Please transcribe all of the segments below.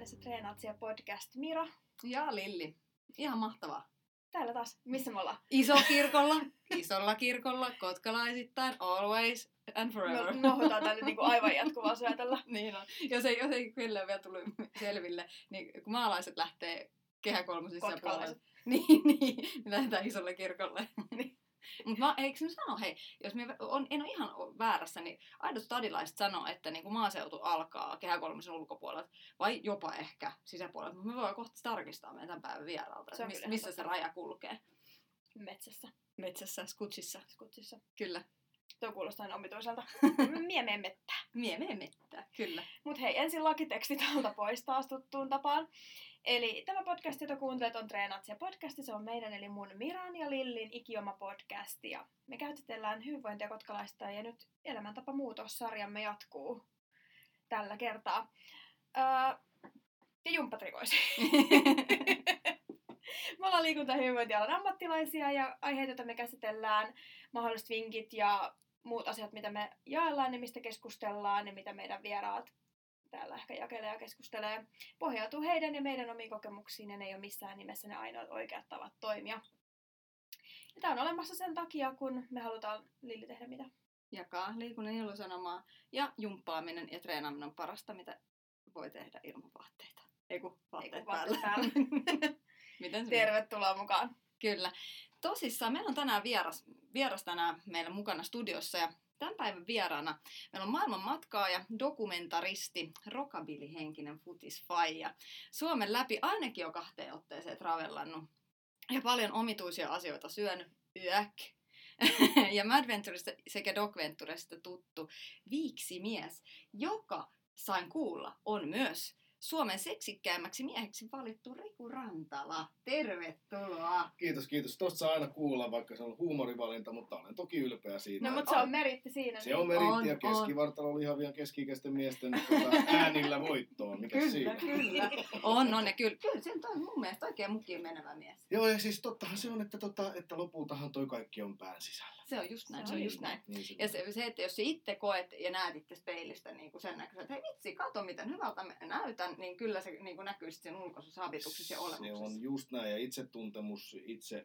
äänessä Treenaatsia podcast Mira. Ja Lilli. Ihan mahtavaa. Täällä taas. Missä me ollaan? Isolla kirkolla, kotkalaisittain, always and forever. Me nohdotaan tänne niinku aivan jatkuvaa syötellä. Niin on. Jos ei kyllä ole vielä tullut selville, niin kun maalaiset lähtee Kehä Kolmosissa puolella, niin lähdetään isolle kirkolle. Mutta eikö se sano, hei, jos en ole ihan väärässä, niin aidot stadilaiset sanoo, että niin kuin maaseutu alkaa Kehä Kolmosen ulkopuolella, vai jopa ehkä sisäpuolella. Mutta me voidaan kohta tarkistaa meidän tämän päivän vieralta, missä se raja kulkee. Metsässä, skutsissa. Kyllä. Tuo kuulostaa aina omituiselta. Miemeen mettää. Kyllä. Mut hei, ensin lakitekstit alta pois taas tuttuun tapaan. Eli tämä podcast, jota kuuntelet, on Treenaatsia podcasti. Se on meidän eli mun Miran ja Lillin ikioma podcasti. Ja me käsitellään hyvinvointia kotkalaista ja nyt elämäntapa-muutos-sarjamme jatkuu tällä kertaa. Ja jumppatrikoisi. Me ollaan liikunta- ja hyvinvointialan ammattilaisia ja aiheet, joita me käsitellään, mahdolliset vinkit ja muut asiat, mitä me jaellaan ja mistä keskustellaan ja mitä meidän vieraat täällä ehkä jakelee ja keskustelee, pohjautuu heidän ja meidän omiin kokemuksiin ja ne ei ole missään nimessä ne ainoat oikeat tavat toimia. Ja tämä on olemassa sen takia, kun me halutaan, Lilli, tehdä mitä? Jakaa liikunnan ilusanomaa ja jumppaaminen ja treenaaminen on parasta, mitä voi tehdä ilman vaatteita. Vaatteet päällä. Miten Tervetuloa mukaan. Kyllä. Tosissaan meillä on tänään vieras tänään meillä mukana studiossa ja tämän päivän vieraana meillä on maailman matkaaja, dokumentaristi, rockabilly-henkinen futisfaija. Suomen läpi ainakin jo 2 otteeseen travellannut ja paljon omituisia asioita syönyt. Ja Madventuresta sekä Docventuresta tuttu viiksimies, joka sain kuulla on myös Suomen seksikkäämmäksi mieheksi valittu Riku Rantala. Tervetuloa! Kiitos. Tosta saa aina kuulla, vaikka se on huumorivalinta, mutta olen toki ylpeä siitä. No, mutta se on meritti siinä. Se on meritti ja keskivartalo lihavien keski-ikäisten miesten äänillä voittoon. Mikäs siinä? Kyllä. On ja kyllä se on mun mielestä oikein mukiin menevä mies. Joo, ja siis tottahan se on, että lopultahan toi kaikki on pään sisällä. Se on just näin. Niin, ja se, että jos itse koet ja näet itse peilistä niin kuin sen näköisen, että hei vitsi, kato miten hyvältä näytän, niin kyllä se niin kuin näkyy sitten sen ulkoisessa habituksessa ja olemuksessa. Se on just näin, ja itsetuntemus,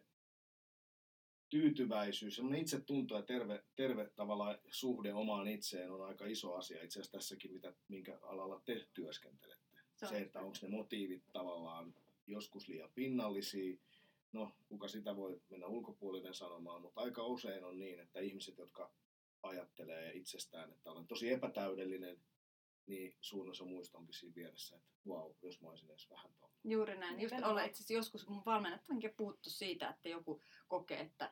tyytyväisyys, semmoinen itsetunto ja terve tavallaan suhde omaan itseen on aika iso asia. Itse asiassa tässäkin, minkä alalla te työskentelette. Se, että onko ne motiivit tavallaan joskus liian pinnallisia. No, kuka sitä voi mennä ulkopuolinen sanomaan, mutta aika usein on niin, että ihmiset, jotka ajattelee itsestään, että olen tosi epätäydellinen, niin suurin osa muista onkin siinä vieressä, että vau, jos mä olisin edes vähän tuolla. Juuri näin. Just olla itse asiassa joskus mun valmennat onkin puhuttu siitä, että joku kokee, että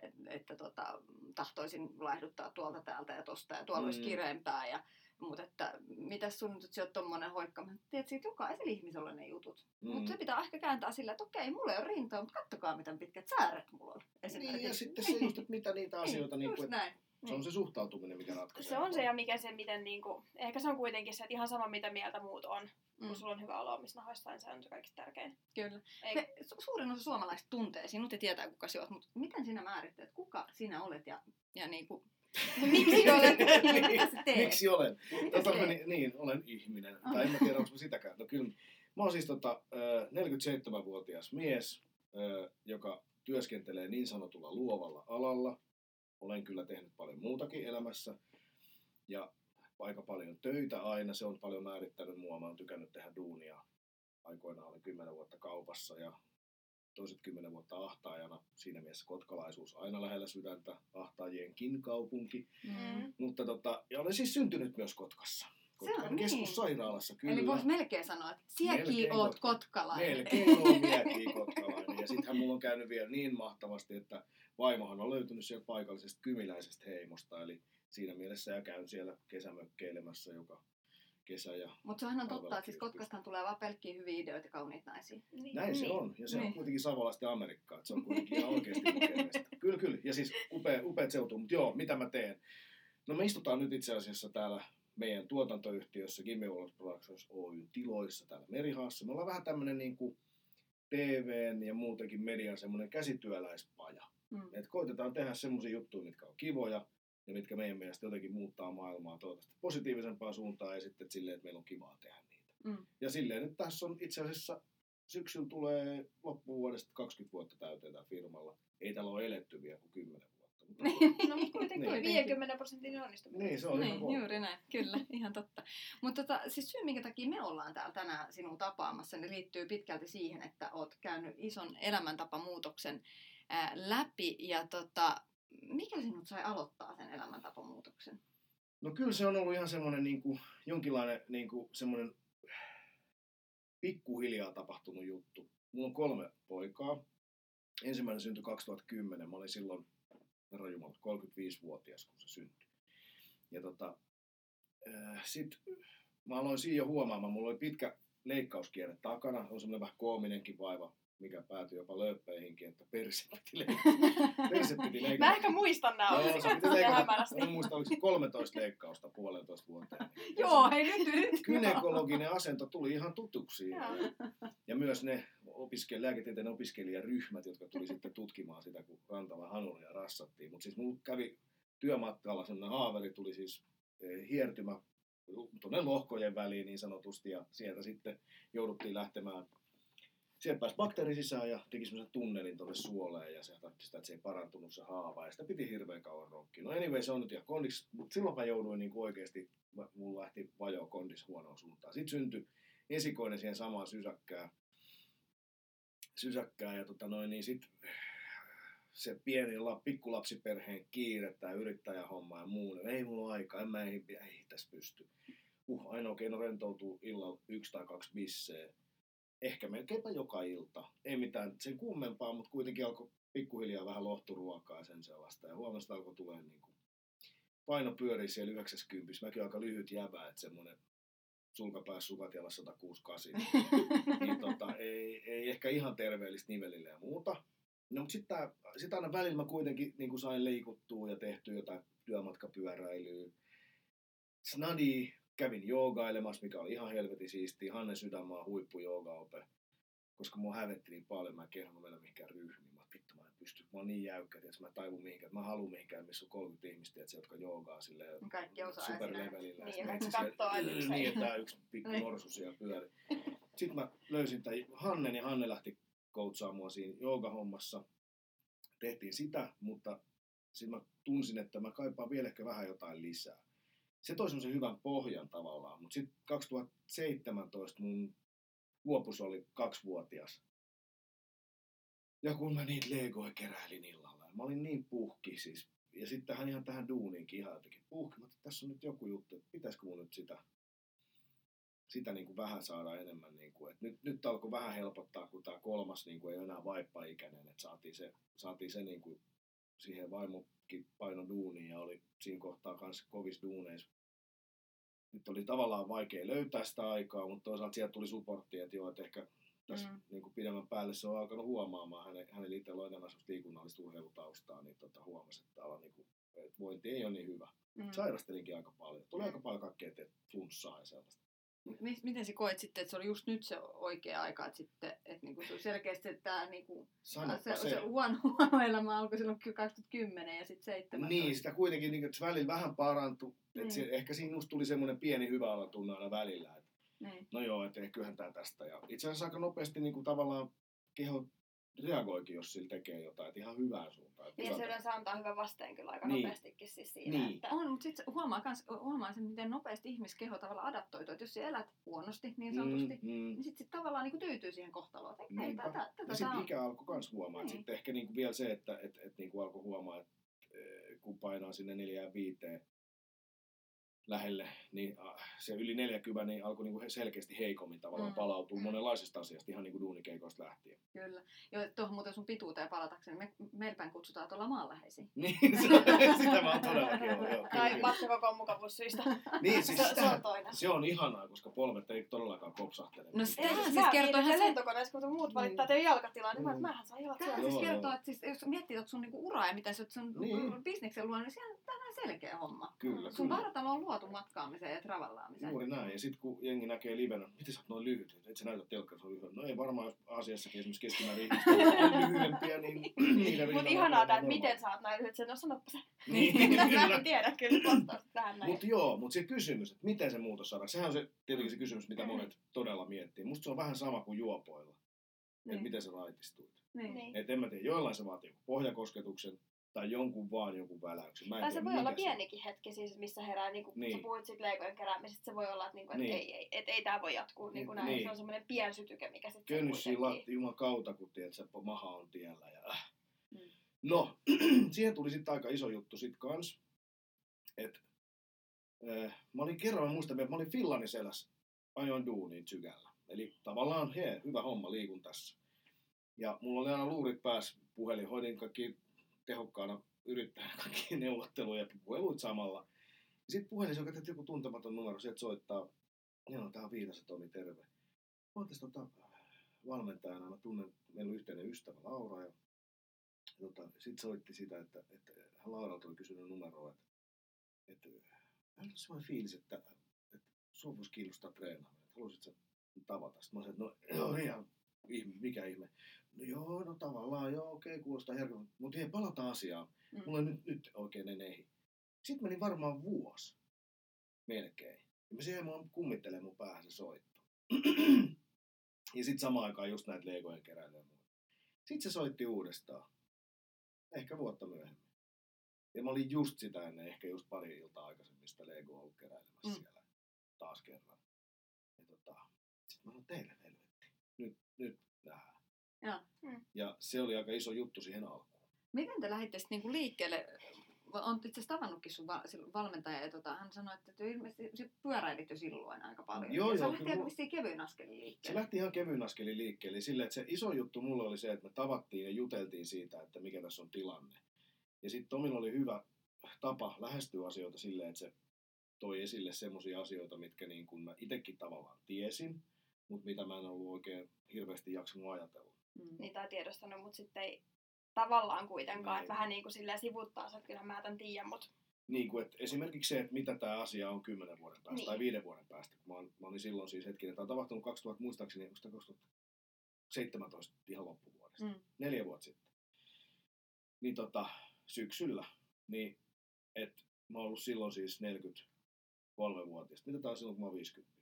tahtoisin laihduttaa tuolta täältä ja tosta ja tuolla olisi kireempää. Mutta että mitäs sun nyt on tommonen hoikka? Mä tiedät, että jokaisella ihmisellä on ne jutut. Mutta se pitää ehkä kääntää sillä, että okei, mulla ei ole rintaa, mutta kattokaa miten pitkät sääret mulla on. Niin, ja sitten se just, että mitä niitä asioita... Niin, just näin. Se on se suhtautuminen, mikä ratkaisee. Se on se ja mikä se, miten niinku, ehkä se on kuitenkin se, että ihan sama mitä mieltä muut on. Kun sulla on hyvä olo omissa nahoissa, niin se on se kaikista tärkein. Kyllä. Suurin osa suomalaisista tuntee sinut ja tietää kuka sinä olet, mutta miten sinä määrittelet, kuka sinä olet ja niinku... Miksi olet? Mitä sä teet? Miksi olen? Niin, olen ihminen. Tai en mä tiedä, onko mä sitäkään. No kyllä, mä oon siis 47-vuotias mies, joka työskentelee niin sanotulla luovalla alalla. Olen kyllä tehnyt paljon muutakin elämässä ja aika paljon töitä aina. Se on paljon määrittänyt mua. Mä oon tykännyt tehdä duunia. Aikoinaan olin 10 vuotta kaupassa ja toiset 10 vuotta ahtaajana. Siinä mielessä kotkalaisuus aina lähellä sydäntä. Ahtaajienkin kaupunki. Mutta ja olen siis syntynyt myös Kotkassa. Kotkan keskussairaalassa, kyllä. Eli vois melkein sanoa, että sielläkin oot kotkalainen. Melkein on minäkin kotkalainen. Ja sittenhän mulla on käynyt vielä niin mahtavasti, että vaimohan on löytynyt sieltä paikallisesta kymiläisestä heimosta. Eli siinä mielessä ja käyn siellä kesämökkeilemässä joka kesä. Mutta sehän on totta, että siis Kotkastahan tulee vaan pelkkiä hyviä ideoita ja kauniita naisia. Näin se on. Ja se on kuitenkin savolaiset ja Amerikkaa. Se on kuitenkin ihan oikeasti mukavista. Kyllä. Ja siis upeat seutuu. Mutta joo, mitä mä teen? No me istutaan nyt itse asiassa täällä meidän tuotantoyhtiössä Gimme World Productions Oyn tiloissa täällä Merihaassa. Me ollaan vähän tämmönen niinku TVn ja muutenkin median semmoinen käsityöläispaja. Et koitetaan tehdä semmoisia juttuja, mitkä on kivoja ja mitkä meidän mielestä jotenkin muuttaa maailmaa toivottavasti positiivisempaan suuntaan ja sitten silleen, että meillä on kivaa tehdä niitä. Ja silleen nyt tässä on itse asiassa syksyllä tulee loppuvuodesta 20 vuotta täyteen tällä firmalla. Ei täällä ole eletty vielä kuin 10 vuotta. No mutta kuitenkin 50% onnistuminen. Niin, se on ihan juuri näin, kyllä, ihan totta. Mutta siis syy, minkä takia me ollaan täällä tänään sinua tapaamassa, niin liittyy pitkälti siihen, että oot käynyt ison elämäntapamuutoksen läpi. Ja mikä sinut sai aloittaa sen elämäntapamuutoksen? No kyllä se on ollut ihan semmoinen jonkinlainen semmoinen pikkuhiljaa tapahtunut juttu. Mulla on 3 poikaa. Ensimmäinen syntyi 2010. Mä olin silloin, herra jumala, 35-vuotias, kun se syntyi. Ja sit mä aloin siinä jo huomaamaan, mulla oli pitkä leikkauskierre takana. On semmoinen vähän koominenkin vaiva, mikä päätyi jopa lööppeihinkin, että perse piti leikata. Mä ehkä muistan nämä Mä muistan, oliko 13 leikkausta 1,5 vuoteen. Joo, hei nyt. Gynekologinen asento tuli ihan tutuksi. Ja myös ne lääketieteen opiskelijaryhmät, jotka tuli sitten tutkimaan sitä, kun Rantala Hanulia rassattiin. Mutta siis mulla kävi työmatkalla sellainen haaveri, tuli siis hiertymä tuonne lohkojen väliin niin sanotusti, ja sieltä sitten jouduttiin lähtemään. Sieltä pääsi bakteeri sisään ja teki semmoisen tunnelin tuonne suoleen ja se tarvitsi sitä, että se ei parantunut se haava ja sitä piti hirveän kauan ronkkiin. No anyway, se on nyt ihan kondis, mutta silloin mä jouduin niin oikeasti, mulla lähti vajoo kondis huonoon suuntaan. Sitten syntyi esikoinen siihen samaan sysäkkään ja niin sit se pieni pikkulapsiperheen kiire, tää yrittäjähomma ja muu, ei mulla aikaa, ei tässä pysty. Ainoa keino rentoutuu illalla 1 tai 2 bisseä. Ehkä melkeinpä joka ilta. Ei mitään sen kummempaa, mutta kuitenkin alkoi pikkuhiljaa vähän lohturuokaa ja sen sellaista. Ja huomasin, että alkoi tulee paino pyörii siellä 90. Mäkin aika lyhyt jäbä, että semmoinen sulkapäässä sukat jalassa 168. Ei ehkä ihan terveellistä nivelille ja muuta. No mutta sitten aina välillä mä kuitenkin sain liikuttua ja tehtyä jotain työmatkapyöräilyä. Snadi. Kävin joogailemassa, mikä oli ihan helvetin siistiä. Hanne Sydänmaan huippujoogaope. Koska mua hävetti niin paljon, mä en kehdannut mennä mihinkään ryhmiin. Mä vittu, mä en pysty. Mä oon niin jäykkä, että mä taivun mihinkään. Mä haluan mihinkään, missä on 30 ihmistä, että jotka joogaa silleen superlevelillä. Niin, ja katsoo aina niin, että tää yksi pikku norsu siellä pyöri. Sitten mä löysin tämän Hannen ja Hanne lähti coachaa mua siinä joogahommassa. Tehtiin sitä, mutta sitten mä tunsin, että mä kaipaan vielä ehkä vähän jotain lisää. Se toi semmoisen hyvän pohjan tavallaan, mutta sitten 2017 mun vuopus oli 2-vuotias. Ja kun mä niitä legoja keräilin illalla, mä olin niin puhki siis. Ja sitten ihan tähän duuniinkin ihan jotenkin puhki. Mä että tässä on nyt joku juttu, että pitäisikö mun nyt sitä niin kuin vähän saada enemmän. Niin kuin, että nyt alkoi vähän helpottaa, kun tää 3 niin kuin ei ole enää vaippaikäinen. Että saatiin se niin kuin siihen vaimokin paino duuniin ja oli siinä kohtaa kanssa kovissa duuneissa. Nyt oli tavallaan vaikea löytää sitä aikaa, mutta toisaalta sieltä tuli supporttia, että joo, että ehkä tässä niin kuin pidemmän päälle se on alkanut huomaamaan. Hänellä itsellä on enemmän liikunnallista urheilutaustaa, niin huomasi, että täällä niin kuin, että vointi ei ole niin hyvä. Sairastelinkin aika paljon. Tuli aika paljon kaikkea flunssaa ja sellaista. Miten sä koet sitten, että se oli just nyt se oikea aika, että sitten, että niinku se selkeästi tämä niinku, se huono elämä alkoi silloin 2010 ja sitten 17. Niin, sitä kuitenkin niin, että se välillä vähän parantui. Että ehkä siinä just tuli semmoinen pieni hyvä olla tunne aina välillä. Että, no joo, että eiköhän tää tästä. Ja itse asiassa aika nopeasti niin kuin tavallaan keho reagoikin, jos sillä tekee jotain, että ihan hyvään suuntaan. Niin se yleensä antaa hyvän vasteen kyllä aika nopeastikin siis siinä. Niin. Että... On, mutta sitten huomaa sen, miten nopeasti ihmiskeho tavallaan adaptoituu. Että jos sä elät huonosti niin sanotusti, niin sitten tavallaan niinku tyytyy siihen kohtaloon. Ja sitten ikä alkoi kans huomaa. Niin. Sitten ehkä niinku vielä se, että niinku alkoi huomaa, että kun painaa sinne 4-5 lähelle, niin se yli 40 niin alkoi niinku selkeästi heikommin tavallaan palautua monenlaisista asiasta, ihan niinku duunikeikoista lähtien. Kyllä. Joo, tuohon muuten sun pituuteen palatakseni, meillä päin kutsutaan tuolla maanläheisiin. Niin, sitä mä oon todellakin. Joo, tai matkakoko mukavuussyistä. Niin, siis se on ihanaa, koska polvet ei todellakaan kopsahtele. No sehän siis kertoo ihan lentokoneessa, kun muut valittaa, että ei jalkatilaa, niin mähän saan jalat siellä. Siis kertoo, että siis, jos miettii sun niinku uraa ja mitä sä oot sun bisneksen luonut, niin sehän on selkeä homma. Kyllä. Sun vartalo on luotu luotu matkaamiseen ja travallaamiseen. Juuri näin. Ja sitten kun jengi näkee livenä, miten sä oot noin lyhyt? Et sä näytä telkkarissa lyhyt. No ei varmaan, jos Aasiassakin esimerkiksi keskimäärin ihmiset on lyhyempiä, niin niiden Mutta ihanaa, että miten sä oot näin lyhyt. No sanoppa se. Niin, Mä en tiedä kyllä vastausta tähän näin. Mutta se kysymys, että miten se muutos saadaan, sehän on se, tietenkin se kysymys, mitä monet todella miettii. Musta se on vähän sama kuin juopoilla, että miten sä raitistuit. Niin. Että en mä tiedä, joillain se vaatii pohjakosketuksen tai jonkun väläyksen. Tai se voi olla pienikin hetki, siis, missä herää, niin kuin sä puhuit siitä leikojen keräämisestä, se voi olla, että, niinku, ei tää voi jatkua niin kuin näin. Niin. Se on semmoinen pien sytyke, mikä sitten Könnyssiin juman kautta, kun tiedät, se maha on tiellä. Ja... No, siihen tuli sitten aika iso juttu sit kans. Et, mä olin kerran, muistan, että mä olin Fillaniselässä, ajoin duuniin Tsygällä. Eli tavallaan hyvä homma, liikun tässä. Ja mulla oli aina luurit päässä, puhelin, hoidin kaikki tehokkaana yrittäjänä kaikki neuvotteluja ja puheluit samalla. Ja sitten puhelin, joka joku tuntematon numero, sieltä soittaa, joo, tää on Viitasen Tomi, terve. Mä oon tässä valmentajana, mä tunnen, meillä on yhteinen ystävä Laura, ja sitten soitti sitä, että hän Lauralta oli kysynyt numeroa, että hän on sellainen fiilis, että sua voisi kiinnostaa treenaaminen, että haluaisit sä tavata. Sitten mä sanoin, että no joo, ihan mikä ihme. No joo, no tavallaan joo, okei, kuulostaa herkällä, mutta hei, palataan asiaan. Mulla ei nyt oikein eneihin. Sitten meni varmaan vuosi, melkein. Ja mä siihen mua kummittelee mun päähän se soitto. Ja sitten samaan aikaan just näitä leikojen keräilyjä. Sitten se soitti uudestaan. Ehkä vuotta myöhemmin. Ja mä olin just sitä ennen, ehkä just pari iltaa aikaisemmin sitä Legoa ollut keräilemässä siellä taas kerran. Ja sit mä sanoin, teille helvetti. Nyt nähdään. Ja se oli aika iso juttu siihen alkuun. Miten te lähditte sitten niinku liikkeelle? Olet itse asiassa tavannutkin sun valmentaja ja hän sanoi, että ilmeisesti pyöräilit jo silloin aika paljon. Joo, se lähti aika kevyin askelin liikkeelle. Se lähti ihan kevyin askelin liikkeelle. Sille, että se iso juttu mulle oli se, että me tavattiin ja juteltiin siitä, että mikä tässä on tilanne. Ja sitten Tomilla oli hyvä tapa lähestyä asioita silleen, että se toi esille semmoisia asioita, mitkä niin kuin mä itsekin tavallaan tiesin, mutta mitä mä en ollut oikein hirveästi jaksanut ajatella. Niin tai tiedostanut, mutta sitten ei tavallaan kuitenkaan, että vähän niin kuin silleen sivuttaa, että kyllä mä tämän tiedän, mutta... Niin kuin, että esimerkiksi se, että mitä tämä asia on 10 vuoden päästä tai 5 vuoden päästä. Mä olin silloin siis hetkinen, tämä on tapahtunut 2000, muistaakseni 2017 ihan loppuvuodesta, 4 vuotta sitten. Niin syksyllä, niin että mä oon ollut silloin siis 43-vuotias. Mitä tää on silloin, kun mä oon 50?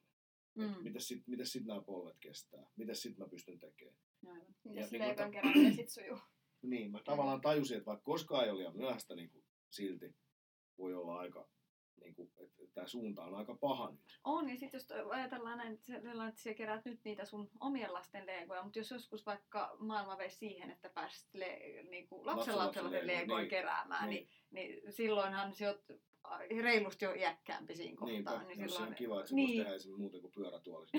Mitäs sit nämä polvet kestää? Mitäs sit mä pystyn tekemään? Mitäs leikon kerran sit sujuu? Niin, mä tavallaan tajusin, että vaikka koskaan ei ole liian myöhäistä, niin silti voi olla aika, niin kuin, että tämä suunta on aika paha nyt. On, ja sitten jos ajatellaan näin, että sä keräät nyt niitä sun omien lasten legoja, mutta jos joskus vaikka maailma veisi siihen, että pääsit niinku lapsenlapsella legoja keräämään, niin silloinhan sä oot reilusti jo iäkkäämpi siinä kohtaa. Niinpä, niin silloin on kiva, että se voisi tehdä esimerkiksi muuten kuin pyörätuolissa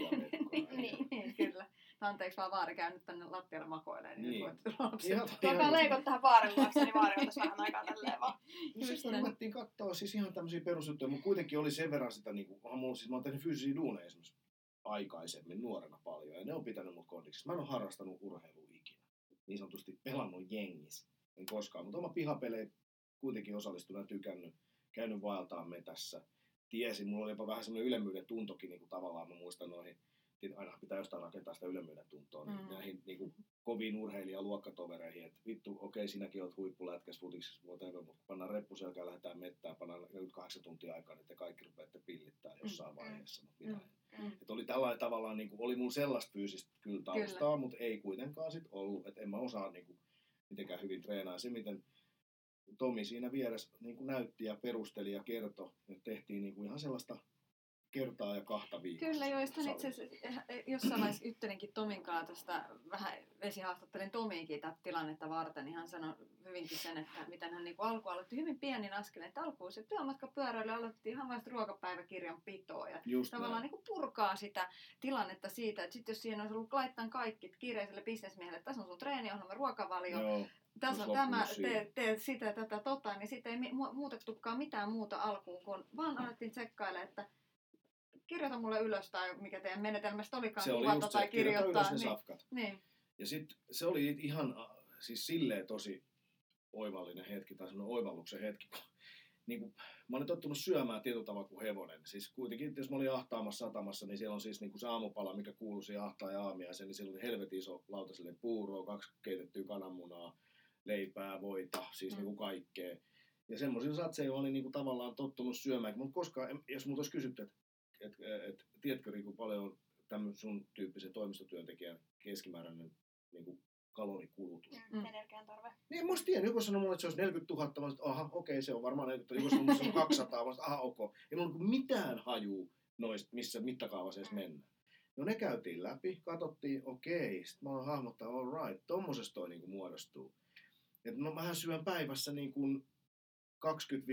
niin, kyllä. Anteeksi vaan Vaari käynyt tänne lattialle makoilemaan, niin voit Tuokaa leikot tähän Vaarin luokse, niin Vaari ottaisi vähän aikaa tälleen vaan. No sitten ruvettiin katsoa siis ihan tämmöisiä perusjuttuja, mutta kuitenkin oli sen verran sitä, niin kuin, siis mä oon tehnyt fyysisiä duuneja esimerkiksi aikaisemmin nuorena paljon, ja ne on pitänyt mut kondiksessa. Mä en ole harrastanut urheilua ikinä, niin sanotusti pelannut jengissä, en koskaan, mutta oma pihapelejä kuitenkin osallistunut ja tykännyt, käynyt vaeltaan metässä. Tiesin, mulla oli jopa vähän semmoinen ylemmyyden tuntokin, niin kuin tavallaan mä muistan noihin, aina pitää jostain rakentaa sitä ylemmyyden tuntoa, niin näihin niin kuin koviin urheilijaluokkatovereihin, että vittu, okei, sinäkin oot huippulätkässä, futiksessa, whatever, mutta pannaan reppuselkään ja lähdetään mettään, pannaan 8 tuntia aikaa, niin te kaikki rupeatte pillittää jossain vaiheessa, mutta minä en. Että oli tällainen tavallaan, niin kuin, oli mun sellaista fyysistä kyllä taustaa, mutta ei kuitenkaan sit ollut, että en mä osaa niin kuin, mitenkään hyvin treenaa. Se, miten Tomi siinä vieressä niin kuin näytti ja perusteli ja kertoi, että tehtiin niin kuin ihan sellaista kertaa ja 2 viikossa. Kyllä, joo. Sitten itse asiassa jossain vaiheessa juttelinkin Tomin kanssa tästä, vähän vesihaastattelin Tomiinkin tätä tilannetta varten, niin hän sanoi hyvinkin sen, että miten hän niin alkuun aloitti hyvin pienin askelin, että alkuun se työmatkapyöräily aloitti ihan vasta ruokapäiväkirjan pitoa ja just tavallaan niin purkaa sitä tilannetta siitä, että sitten jos siihen olisi ollut laittaa kaikki kiireiselle bisnesmiehelle, että tässä on sun treeniohjelma, ruokavalio, joo. Tässä on tämä, teet sitä, tätä, niin sitten ei muutettukaan mitään muuta alkuun, kun vaan alettiin tsekkailemaan, että kirjoita mulle ylös tai mikä teidän menetelmästä olikaan kuvata tai kirjoittaa. Niin. Ja sitten se oli ihan siis silleen tosi oivallinen hetki tai semmoinen oivalluksen hetki, kun niin kuin, mä olin tottunut syömään tietyllä tavalla kuin hevonen. Siis kuitenkin, jos mä olin ahtaamassa satamassa, niin siellä on siis niin kuin se aamupala, mikä kuului siihen ahtaa ja aamiaiseen, niin siellä oli helvetin iso lautaselle puuroa, 2 keitettyä kananmunaa, leipää, voita, siis niin kuin kaikkea. Ja semmoisilla satseilla olin niin kuin tavallaan tottunut syömään. Mutta koskaan, jos multa olisi kysytty, että tiedätkö Riku paljon tämmöisen sun tyyppisen toimistotyöntekijän keskimääräinen niin kuin kalorikulutus. Energiantarve. Niin en mä olisi tiennyt. Joku sanoi mulle, että se olisi 40 000. Mä sanoin, että aha, okei, se on varmaan 40 000. Joku sanoi, että se on 200. Mä sanoin, että aha, ok. Ei mulla ole mitään hajua noista, missä mittakaavassa edes mennään. No ne käytiin läpi, katsottiin, okei. Sitten mä oon hahmottaa, all right, tommosesta toi niin kuin muodostuu. Että mähän syön päivässä niin kuin 20-40%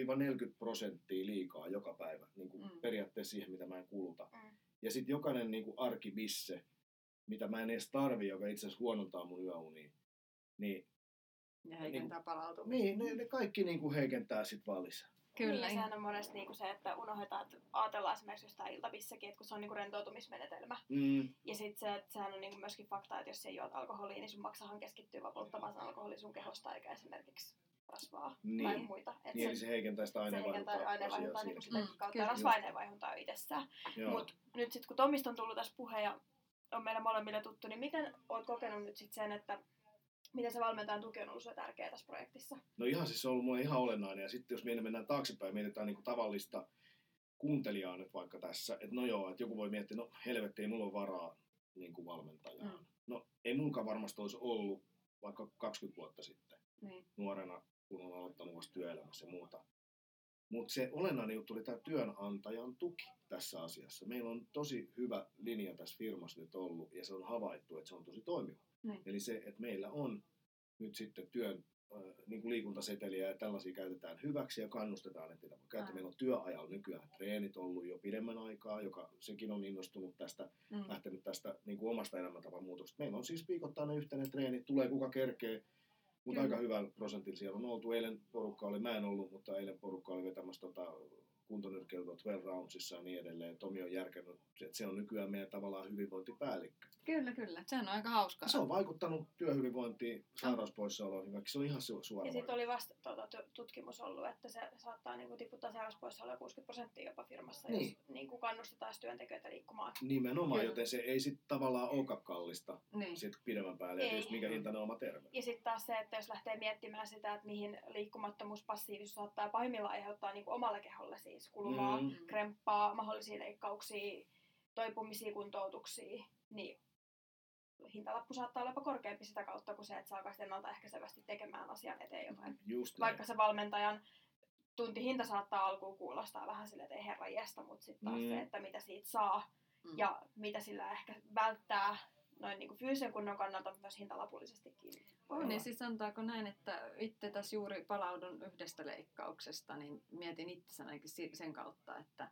liikaa joka päivä. Niin kuin periaatteessa siihen, mitä mä en kuluta. Ja sitten jokainen niin kuin arkibisse, mitä mä en edes tarvi, joka itse asiassa huonontaa mun yöunia. Niin, ja heikentää palautumista. Niin, ne kaikki niin kuin heikentää sit vaan lisää. Kyllä. Niin, sehän on monesti niinku se, että unohdetaan, että ajatellaan esimerkiksi jostain iltabissäkin, että kun se on niinku rentoutumismenetelmä. Ja sitten se, että sehän on niinku myöskin fakta, että jos ei juot alkoholia, niin sun maksahan keskittyy vapauttamaan sen alkoholin sun kehosta, eikä esimerkiksi rasvaa tai muita. Niin, eli se heikentää sitä aineenvaihduntaa. Se heikentää aineenvaihduntaa niin sitä kautta, ja rasva-aineenvaihduntaa itsessään. Mutta nyt sitten kun Tomista on tullut tässä puhe ja on meillä molemmille tuttu, niin miten olet kokenut nyt sitten sen, että miten se valmentajan tuki on ollut tärkeä tässä projektissa? No ihan siis se on ollut mulle ihan olennainen. Ja sitten jos mennään taaksepäin ja mietitään niin kuin tavallista kuuntelijaa nyt vaikka tässä, että no joo, että joku voi miettiä, no helvetti, ei mulla ole varaa niin kuin valmentajaan. No ei munkaan varmasti olisi ollut vaikka 20 vuotta sitten nuorena, kun olen aloittanut vasta työelämässä ja muuta. Mutta se olennainen juttu oli tämä työnantajan tuki tässä asiassa. Meillä on tosi hyvä linja tässä firmassa nyt ollut ja se on havaittu, että se on tosi toimiva. Eli se, että meillä on nyt sitten työn niin kuin liikuntaseteliä ja tällaisia käytetään hyväksi ja kannustetaan, että niitä voi käyttää. Meillä on työajalla nykyään treenit ollut jo pidemmän aikaa, joka sekin on innostunut tästä, lähtenyt tästä niin kuin omasta elämäntavan muutoksesta. Meillä on siis viikoittainen yhteinen treeni, tulee kuka kerkee, mutta aika hyvällä prosentilla siellä on oltu. Eilen porukka oli, mä en ollut, mutta eilen porukka oli vetämässä kuntonyrkkeilyä 12 roundsissa ja niin edelleen. Tomi on järkännyt, että se on nykyään meidän tavallaan hyvinvointipäällikkö. Kyllä. Sehän on aika hauskaa. Se on vaikuttanut työhyvinvointiin, sairauspoissaoloihin, vaikka se on ihan suoraan. Ja sitten oli vasta tutkimus ollut, että se saattaa niinku tiputtaa sairauspoissaoloja 60% jopa firmassa, jos niinku kannustetaan työntekijöitä liikkumaan. Nimenomaan, joten se ei sitten tavallaan olekaan kallista sit pidemmän päälle, ja mikä hintainen oma terveys. Ja sitten taas se, että jos lähtee miettimään sitä, että mihin liikkumattomuus, passiivisuus saattaa pahimmillaan aiheuttaa niinku omalle keholle siis kulumaa, kremppaa, mahdollisia leikkauksia, toipumisia, kuntoutuksia, niin hintalappu saattaa olla jopa korkeampi sitä kautta kuin se, että saa alkaisi ennaltaehkäisevästi tekemään asian eteen jotain. Vaikka se valmentajan tuntihinta saattaa alkuun kuulostaa vähän silleen, että ei herra jästä, mutta sitten taas se, että mitä siitä saa ja mitä sillä ehkä välttää noin niin kuin fyysisen kunnon kannalta myös hintalapullisestikin. On, niin siis sanotaanko näin, että itse tässä juuri palaudun yhdestä leikkauksesta, niin mietin itse ainakin sen kautta, että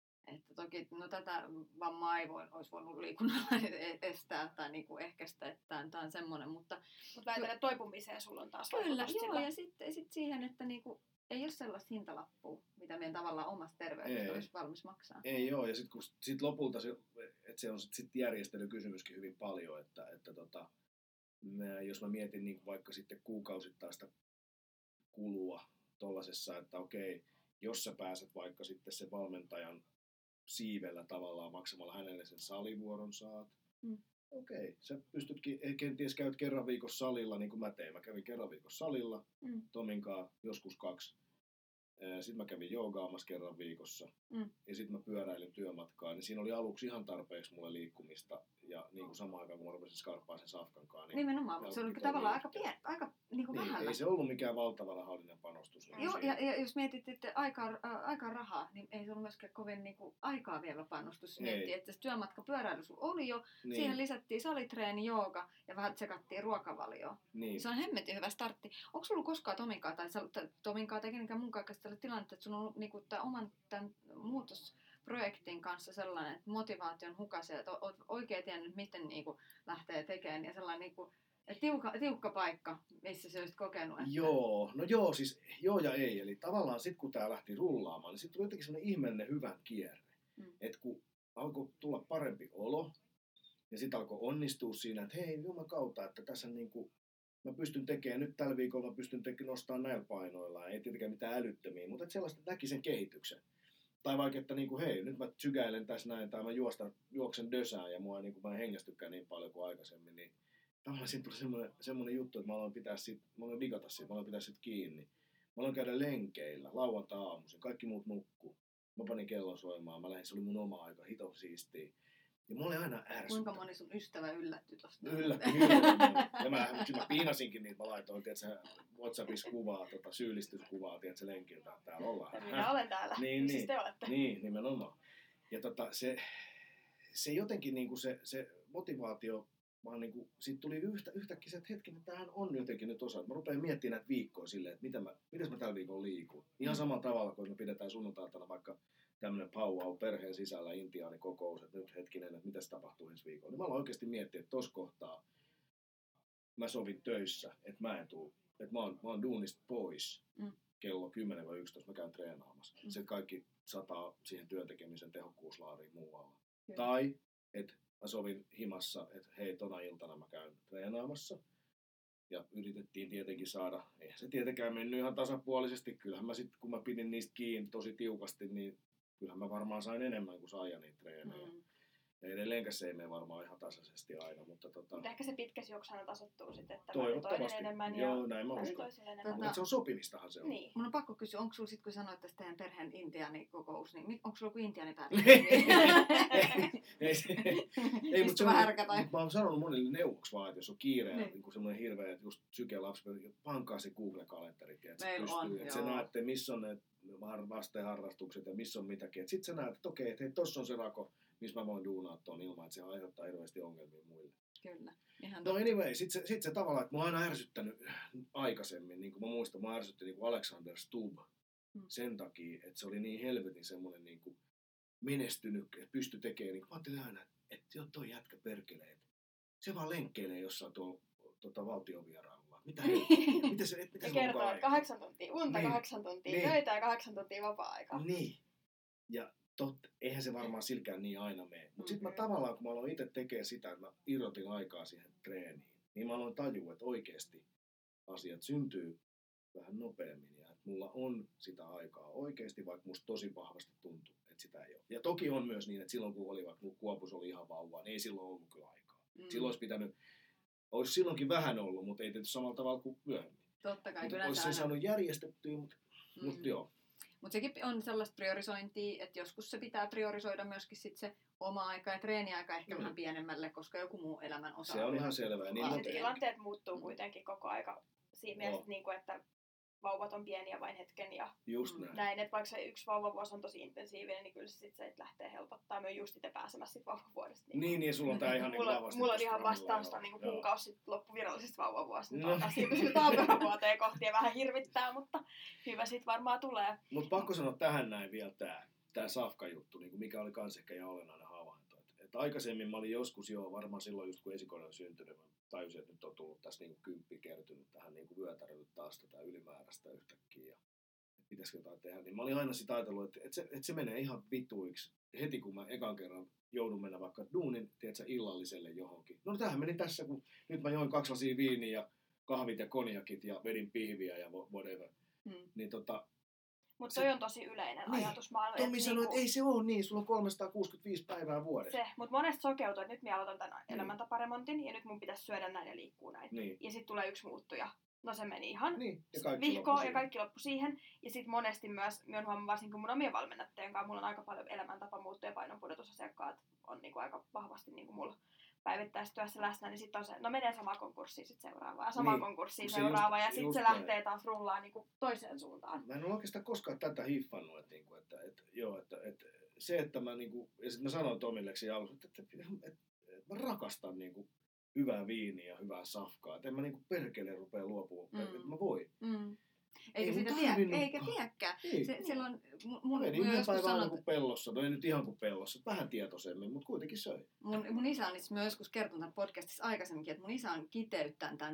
toki tätä vammaa ei olisi voinut liikunnalla estää tai niinku ehkäistä, että tämä on semmoinen, mutta väitän, että toipumiseen sulla on taas kyllä, joo, ja sitten siihen, että niinku, ei ole sellaista hintalappua, mitä meidän tavallaan omasta terveydestä olisi valmis maksaa. Ei ole, ja sitten lopulta se on sit järjestelykysymyskin hyvin paljon, että jos mä mietin niin vaikka sitten kuukausittaista kulua tollasessa, että okei, jos sä pääset vaikka sitten sen valmentajan siivellä tavallaan maksamalla hänelle sen salivuoron saat. Okei, sä pystytkin, kenties käyt kerran viikossa salilla, niin kuin mä tein. Mä kävin kerran viikossa salilla, Tominkaan joskus 2. Sitten mä kävin joogaamassa kerran viikossa ja sitten mä pyöräilin työmatkaa. Niin siinä oli aluksi ihan tarpeeksi mulle liikkumista ja niin kuin samaan aikaan kun mä rupesin skarppaa sen safkankaan. Niin nimenomaan, mutta se oli tavallaan aika niin kuin vähällä. Ei se ollut mikään valtava rahallinen panostus. Joo, ja jos mietit, että aikaa rahaa, niin ei se ollut myöskään kovin niin kuin aikaa vievä panostus. Miettii, että se työmatkapyöräily sulla oli jo, siihen lisättiin salitreeni, jooga ja vähän tsekattiin ruokavalioon. Se on hemmetin hyvä startti. Onko sulla koskaan Tominkaan tai Tominkaan tai kenenkään mun kanssa tällä tilannetta, että sulla on ollut niinku oman tämän muutosprojektin kanssa sellainen, että motivaation hukasee, että olet oikein tiennyt, miten niinku lähtee tekemään ja sellainen niinku, tiukka paikka, missä sä olisit kokenut? Että... Joo ja ei. Eli tavallaan sitten kun tää lähti rullaamaan, niin sitten tuli jotenkin sellainen ihmeellinen hyvän kierre. Että kun alkoi tulla parempi olo ja sitten alkoi onnistua siinä, että hei juman kautta, että tässä niinku mä pystyn tekemään, nyt tällä viikolla mä pystyn nostamaan näillä painoilla, ei tietenkään mitään älyttömiä, mutta että sellaista näki sen kehityksen. Tai vaikka, että niin kuin, hei, nyt mä sykäilen tässä näin, tai mä juoksen dösään, ja mua ei, niin kuin, mä en hengästykään niin paljon kuin aikaisemmin, niin tavallaan siinä tuli semmoinen juttu, että mä aloin digata siitä, mä aloin pitää siitä kiinni. Mä aloin käydä lenkeillä, lauantai-aamuisin, kaikki muut nukkuu. Mä panin kellon soimaan, mä lähdin, se oli mun oma aika, hito siistiä. Ja mä olin aina ärsyttävä. Kuinka moni sun ystävä yllättyi tosta? Yllätty. Ja mä piinasinkin niitä, mä laitoin, tiedätkö, WhatsAppissa kuvaa, syyllistyskuvaa, tiedätkö, lenkiltä, että täällä ollaan. Minä olen täällä, siis te olette. Niin, nimenomaan. Ja se jotenkin niinku se motivaatio, vaan niinku, siitä tuli yhtäkkiä se, että hetkinen, tämähän on jotenkin nyt osa. Mä rupean miettimään näitä viikkoja silleen, että mitäs mä tällä viikolla liikun. Ihan samalla tavalla, kun me pidetään sunnuntailtana vaikka tämmöinen powwow perheen sisällä intiaanikokous, että nyt hetkinen, että mitä tapahtuu ensi viikolla. Niin mä aloin oikeasti miettiä, että tossa kohtaa mä sovin töissä, että mä en tuu, että mä oon duunista pois kello 10-11, mä käyn treenaamassa. Se kaikki sataa siihen työntekemisen tehokkuuslaariin muualla. Kyllä. Tai, että mä sovin himassa, että hei, tona iltana mä käyn treenaamassa. Ja yritettiin tietenkin saada, eihän se tietenkään mennyt ihan tasapuolisesti. Kyllähän mä sitten, kun mä pidin niistä kiinni tosi tiukasti, niin kyllähän mä varmaan sain enemmän kuin Saija niitä treenejä. Ja edelleenkäs se ei mene varmaan ihan tasaisesti aina, mutta Mutta ehkä se pitkäs juoksana tasoittuu sitten, että toivottavasti. Enemmän joo, näin mä uskon. Mutta se on sopimistahan se on. Niin. Mun on pakko kysyä, onko sulla sitten, kun sanoit tästä teidän perheen intiaanikokous, niin onko sulla joku intiaanipäivä? Ei, mutta mä oon sanonut monille neuvoksi vaan, että jos on kiire ja niin semmoinen hirveä, että just sykkelapsi, pankaa se Google-kalenterit, että se pystyy, että sä näette, missä on ne lastenharrastukset ja missä on mitäkin. Sitten sä näet, että okei, että hei, tossa on se rako, missä mä voin duunaa tuon ilman, että se aiheuttaa hirveästi ongelmia muille. Kyllä. Ihan no anyway, sit se tavallaan, että mä oon aina ärsyttänyt aikaisemmin, niin kuin mä muistan, mä ärsyttin niin kuin Alexander Stubb sen takia, että se oli niin helvetin semmoinen niin kuin menestynyt, että pystyi tekemään, niin kuin mä ajattelin aina, että toi jätkä perkelee, se vaan lenkkeilee jossain tuolla valtionvierailulla. Mitä se kertoo, että 8 tuntia unta, 8 tuntia töitä ja 8 tuntia vapaa-aikaa. Niin. Ja eihän se varmaan silkään niin aina mene. Mutta sitten mä tavallaan, kun mä aloin itse tekemään sitä, että mä irrotin aikaa siihen treeniin, niin mä aloin tajua, että oikeasti asiat syntyy vähän nopeammin. Ja että mulla on sitä aikaa oikeasti, vaikka musta tosi vahvasti tuntuu, että sitä ei ole. Ja toki on myös niin, että silloin kun oli, vaikka Kuopus oli ihan vauva, niin ei silloin ollut kyllä aikaa. Silloin olisi silloinkin vähän ollut, mutta ei tietysti samalla tavalla kuin myöhemmin. Totta kai. Olisi se saanut järjestettyä, mutta joo. Mutta sekin on sellaista priorisointia, että joskus se pitää priorisoida myöskin sit se oma aika ja treeniaika ehkä vähän pienemmälle, koska joku muu elämän osa se on ihan selvää. Niin, tilanteet muuttuu kuitenkin koko aika siinä mielessä, että vauvat on pieniä vain hetken ja näin. Että vaikka se yksi vauvavuosi on tosi intensiivinen, niin kyllä se sitten lähtee helpottaa. Me on just itse pääsemässä sit vauvavuodesta. Niin, sulla on tää ihan mulla on ihan vastausta niin kuukausi sitten loppu virallisesta vauvavuosista. Nyt alkaa siirtyä vuoteen kohti ja vähän hirvittää, mutta hyvä sit varmaan tulee. Mutta pakko sanoa tähän näin vielä tää safka-juttu, niin mikä oli kans ehkä ihan olennainen havainto. Että aikaisemmin mä olin joskus varmaan silloin just kun esikoinen on syntynyt, mä tajusin, että nyt on tullut tässä niin 10 kertynyt tähän niin vyötärölle taas tätä ylimääräistä yhtäkkiä ja pitäisikö jotain tehdä. Niin mä olin aina sitä ajatellut, että se menee ihan vituiksi heti kun mä ekan kerran joudun mennä vaikka duunin, tiedätkö, illalliselle johonkin. No tämähän meni tässä, kun nyt mä join 2 lasia viiniä ja kahvit ja konjakit ja vedin pihviä ja whatever. Niin mutta toi on tosi yleinen ajatus maailmalla. Tommi sanoi, että ei se ole niin, sulla on 365 päivää vuodessa. Mutta monesti sokeutuu, että nyt minä aloitan tämän elämäntaparemontin ja nyt mun pitäisi syödä näin ja liikkuu näin. Niin. Ja sitten tulee yksi muuttuja. No se meni ihan vihkoon ja kaikki loppui siihen. Ja sitten monesti myös, minä huomaan varsinkin mun omien valmennattajien kanssa, mulla on aika paljon elämäntapamuutto- ja painonpudotusasiakkaat on niinku aika vahvasti niinku mulla päivittäistyössä läsnä, niin sitten on se, no menee sama konkurssiin sitten seuraava ja sama konkurssiin seuraava ja sitten se lähtee taas rullaan niinku toiseen suuntaan. Mä en ole oikeastaan koskaan tätä hiffannut, että se, että mä niinku, ja sitten mä sanoin Tomilleksi alussa, että mä rakastan niinku hyvää viiniä ja hyvää safkaa, että en mä niinku perkele rupea luopumaan, että mä voin. Eikä sitä tiedäkään. Silloin mun meni yhden päivän aina kuin pellossa, no ei nyt ihan kuin pellossa, vähän tietoisemmin, mutta kuitenkin söi. Mun isä on itse joskus kertonut tämän podcastissa aikaisemminkin, että mun isä on kiteyttänyt tämän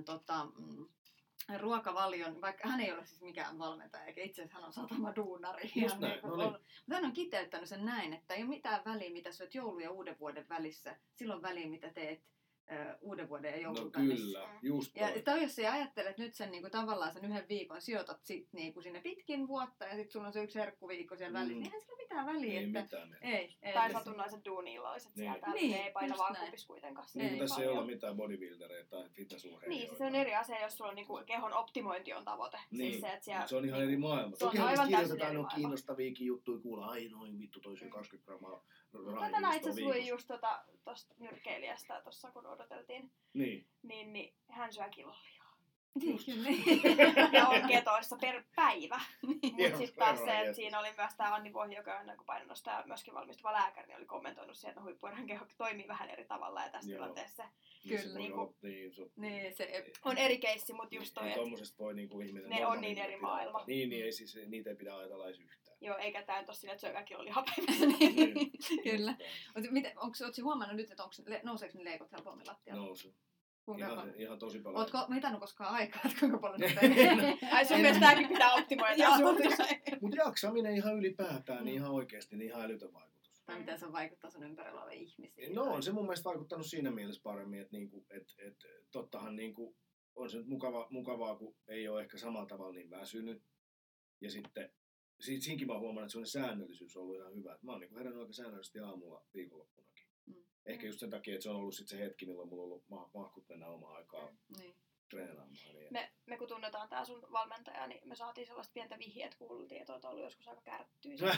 ruokavalion, vaikka hän ei ole siis mikään valmentaja, eikä itse asiassa hän on satamaduunari. Just näin, no niin. Mutta hän on kiteyttänyt sen näin, että ei ole mitään väliä, mitä syöt joulu- ja uuden vuoden välissä, silloin väliä, mitä teet uuden vuoden ja No joulun välissä. kyllä, just Ja toi. toi, jos sä ajattelet nyt sen niinku, tavallaan sen yhden viikon sijoitat sit, niinku, sinne pitkin vuotta ja sitten sulla on se yksi herkkuviikko siellä välissä, niin eihän sillä ole mitään väliä. Ei että mitään merkitystä. ei, Tai eli- satunnaiset duuni-illalliset Niin. sieltä, Niin, ne ei paina just vaan näin. kupis kuitenkaan. Niin kuin Ei tässä ei paljon. ole mitään bodybuildereita tai fitnessurheilijoita. Niin, siis se on eri asia, jos sulla on niinku kehon optimointi on tavoite. Niin, Siis se, että siellä, se on ihan eri maailma. se on Tokihan aivan niistä täysin kirjoitetaan, eri ne on maailma. kiinnostaviakin juttuja kuulla. Ai noin vittu, toi syö 20 grammaa Mä tänään itse asiassa luin viikossa. just tosta nyrkkeilijästä tuossa, kun odoteltiin, Niin. niin hän syö kilon lihaa. Niin, kyllä. Ja on ketoissa per päivä. Mutta Ihan sitten taas se, herran että jestas. siinä oli myös tämä Anni Vuohi, joka on painonnostaja ja myöskin valmistuva lääkäri, niin oli kommentoinut siihen, että huippuurheilijan keho toimii vähän eri tavalla ja tässä Joo. tilanteessa se Niin se Kyllä. voi Niinku- olla- niin, se on- Niin, se on eri keissi, mutta just toi, Ei että tommosesta voi niinku ihminen... ne on normaali niin eri ihminen pidä maailma. ottaa. Niin, ei siis, niitä ei pidä ajatella edes yhtään. joo, eikä tämä nyt ole siinä, että syökää kilon lihaa päivässä. Niin, kyllä. Just Oletko huomannut nyt, että nouseeko ne leikot helpommin näin. lattialle? Nousu. Kuinka paljon? Ihan tosi paljon. Ootko mitannut koskaan aikaa, että kuinka paljon nopeammin? Ai sun mielestä tämäkin pitää optimoida Joo, asutus. Mutta jaksaminen ihan ylipäätään, niin ihan oikeasti, niin ihan älytön vaikutus. Tai miten se vaikuttaa sun ympärillä oleviin ihmisiin? No on se mun mielestä vaikuttanut siinä mielessä paremmin, että niinku, tottahan niinku, on se nyt mukavaa, kun ei ole ehkä samalla tavalla niin väsynyt. Ja sitten siinkin mä oon huomannut, että sellainen säännöllisyys on ollut ihan hyvä. Mä oon niinku herännyt aika säännöllisesti aamulla viikonloppunakin. Ehkä just sen takia, että se on ollut sit se hetki, milloin mulla on ollut mahkut mennä omaa aikaa Niin. treenaamaan. Niin Me kun tunnetaan tää sun valmentaja, niin me saatiin sellaista pientä vihjeä, että kuultiin, että oot ollut joskus aika kärttyisä.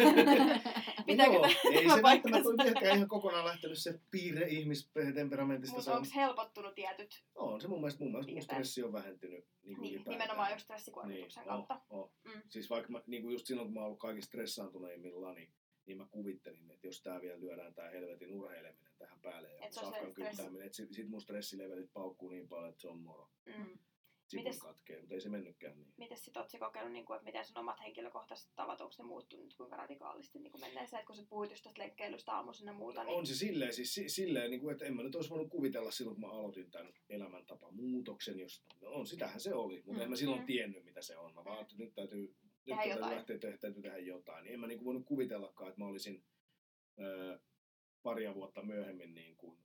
Pitääkö Joo, tämä ei se paikkansa? välttämättä ole ehkä ihan kokonaan lähtenyt se piirre ihmistemperamentista. Mutta onko helpottunut tietyt? On se mun mielestä mun Piirteet. stressi on vähentynyt. Niin, Niin, ylipäätään. nimenomaan just stressikuormituksen kautta. Mm. Siis vaikka mä, niin kuin just silloin, kun mä oon ollut kaikista stressaantuneimmillaan, niin mä kuvittelin, että jos tää vielä lyödään tää helvetin urheileminen tähän päälle ja Et se on se safkan stressi. kyttääminen, että sit mun stressilevelit paukkuu niin paljon, että se on moro. Mm. Sipuli Mites- katkee, mutta ei se mennytkään niin. Miten sit oot sä kokenut, niin kuin, että miten sun omat henkilökohtaiset tavat, onko ne muuttunut nyt kuinka radikaalisti niin menneeseen, että kun sä puhuit just tästä lenkkeilystä aamuisin ja muuta, niin On se silleen, silleen niin kuin, että en mä nyt olisi voinut kuvitella silloin, kun mä aloitin tämän elämäntapamuutoksen, jos sitähän se oli, mutta en mä silloin tiennyt, mitä se on. Mä vaan, että nyt täytyy jotain. täytyy tehdä jotain. Niin en mä niin kuin voinut kuvitellakaan, että mä olisin paria vuotta myöhemmin niin kuin,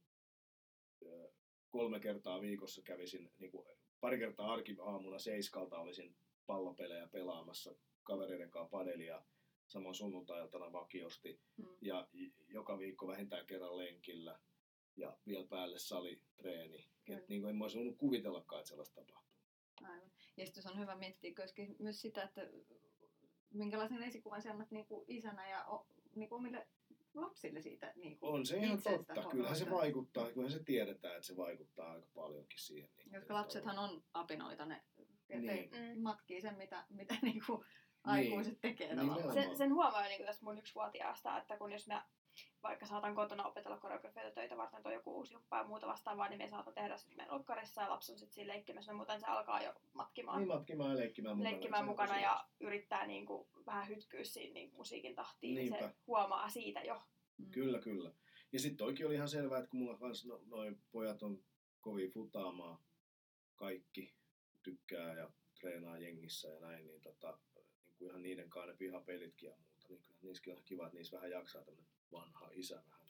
3 kertaa viikossa kävisin, niin kuin, pari kertaa arkiaamuna 7 olisin pallopelejä pelaamassa kavereiden kanssa padelia, samoin sunnuntai-iltana vakiosti ja joka viikko vähintään kerran lenkillä ja vielä päälle salitreeni. Et, niin kuin, en mä olisi voinut kuvitellakaan, että sellaista tapahtuu. Aivan. Ja sitten on hyvä miettiä myös sitä, että minkälaisen esikuvan sä annat niinku isänä ja niinku omille lapsille siitä. Niinku On se ihan itsestä totta. Kyllähän se hoitaa. vaikuttaa. Kyllähän se tiedetään, että se vaikuttaa aika paljonkin siihen. Koska lapsethan on apinoita, ne Niin. matkii sen, mitä niinku aikuiset tekee tavallaan. Nimenomaan. sen huomaa niin tästä mun 1-vuotiaasta, että kun jos mä vaikka saatan kotona opetella koreografioita töitä varten, että on joku uusi jumppa ja muuta vastaavaa, niin me saatan tehdä sitten meidän olkkarissa ja lapsi on sitten siinä leikkimässä, mutta se alkaa jo matkimaan. Niin matkimaan ja leikkimään mukana ja yrittää niinku vähän hytkyä siinä niinku musiikin tahtiin, niin se Niinpä. huomaa siitä jo. Kyllä, kyllä. Ja sitten toikin oli ihan selvää, että kun mulla kans noin pojat on kovin futaamaan, kaikki tykkää ja treenaa jengissä ja näin, niin, niin kuin ihan niiden kanssa ne pihapelitkin ja muuta, niin kyllä niissäkin on kiva, että niissä vähän jaksaa tämmönen vanha isä vähän.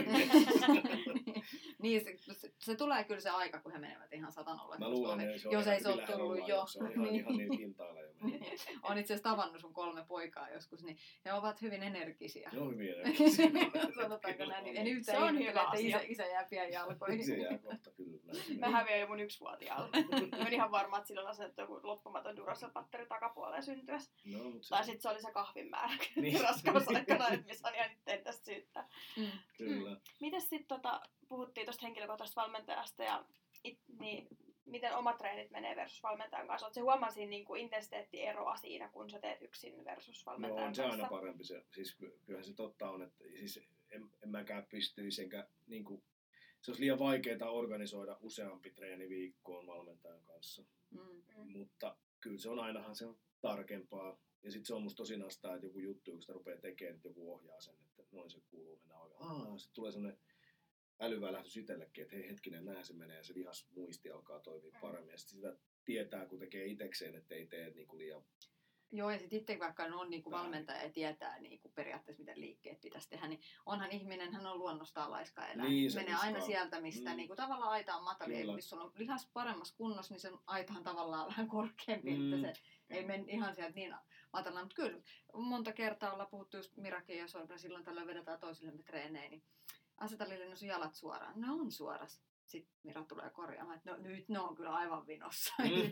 Niin, se tulee kyllä se aika, kun he menevät ihan satanolle. Mä luulen, että se on jos ihan ei se ole kyllähän tullut ollaan jo. Se on ihan niin kintailla jo mennyt. Olen itse asiassa tavannut sun 3 poikaa joskus, niin he ovat hyvin energisiä. Ne on hyvin Sanotaanko näin, niin en Se yhtään on ihmettele, hyvä että asia. isä jää pian jalkoihin. Se jää kohta kyllä. Mä häviän jo mun 1-vuotiaalla. Mä olin ihan varma, että silloin asettu joku loppumaton Duracell-patteri takapuoleen syntyessä. No, mutta Tai sitten se oli se kahvin määrä Niin. raskausaikana, että missä on ihan nyt tästä syyttää. Kyllä. Mites sitten puhuttiin tuosta henkilökohtaisesta valmentajasta ja niin, miten omat treenit menee versus valmentajan kanssa? Oletko huomaa siinä niin kuin intensiteettieroa siinä, kun sä teet yksin versus No valmentajan on se kanssa? aina parempi. Siis kyllähän se totta on, että siis en mäkään pystyisi enkä niinku, se olisi liian vaikeaa organisoida useampi treeni viikkoon valmentajan kanssa. Mutta kyllä se on ainahan se on tarkempaa. Ja sitten se on musta tosi nastaa, että joku juttu, kun sitä rupeaa tekemään, että joku ohjaa sen, että noin se kuuluu mennä oikein. Sitten tulee sellainen älyvälähdys itsellekin, että hei hetkinen, näin se menee ja se lihasmuisti alkaa toimia paremmin. Ja sitten sitä tietää, kun tekee itekseen, että ei tee niinku liian Joo, ja sitten itse vaikka on niinku valmentaja ja tietää niinku periaatteessa, miten liikkeet pitäisi tehdä, niin onhan ihminen, hän on luonnostaan laiska eläin. Niin, se menee uskaa. aina sieltä, mistä niinku tavallaan aita on matali. Kyllä. Jos sulla on lihas paremmassa kunnossa, niin se aita on tavallaan vähän korkeampi, että se ei mene ihan sieltä niin matalalla. Mutta kyllä, monta kertaa ollaan puhuttu just Mirakin ja Sorben, silloin tällöin vedetään toisillemme treeneihin, niin aseta Lili sun jalat suoraan. Ne on suoras. Sitten Mira tulee korjaamaan, että no, nyt ne on kyllä aivan vinossa.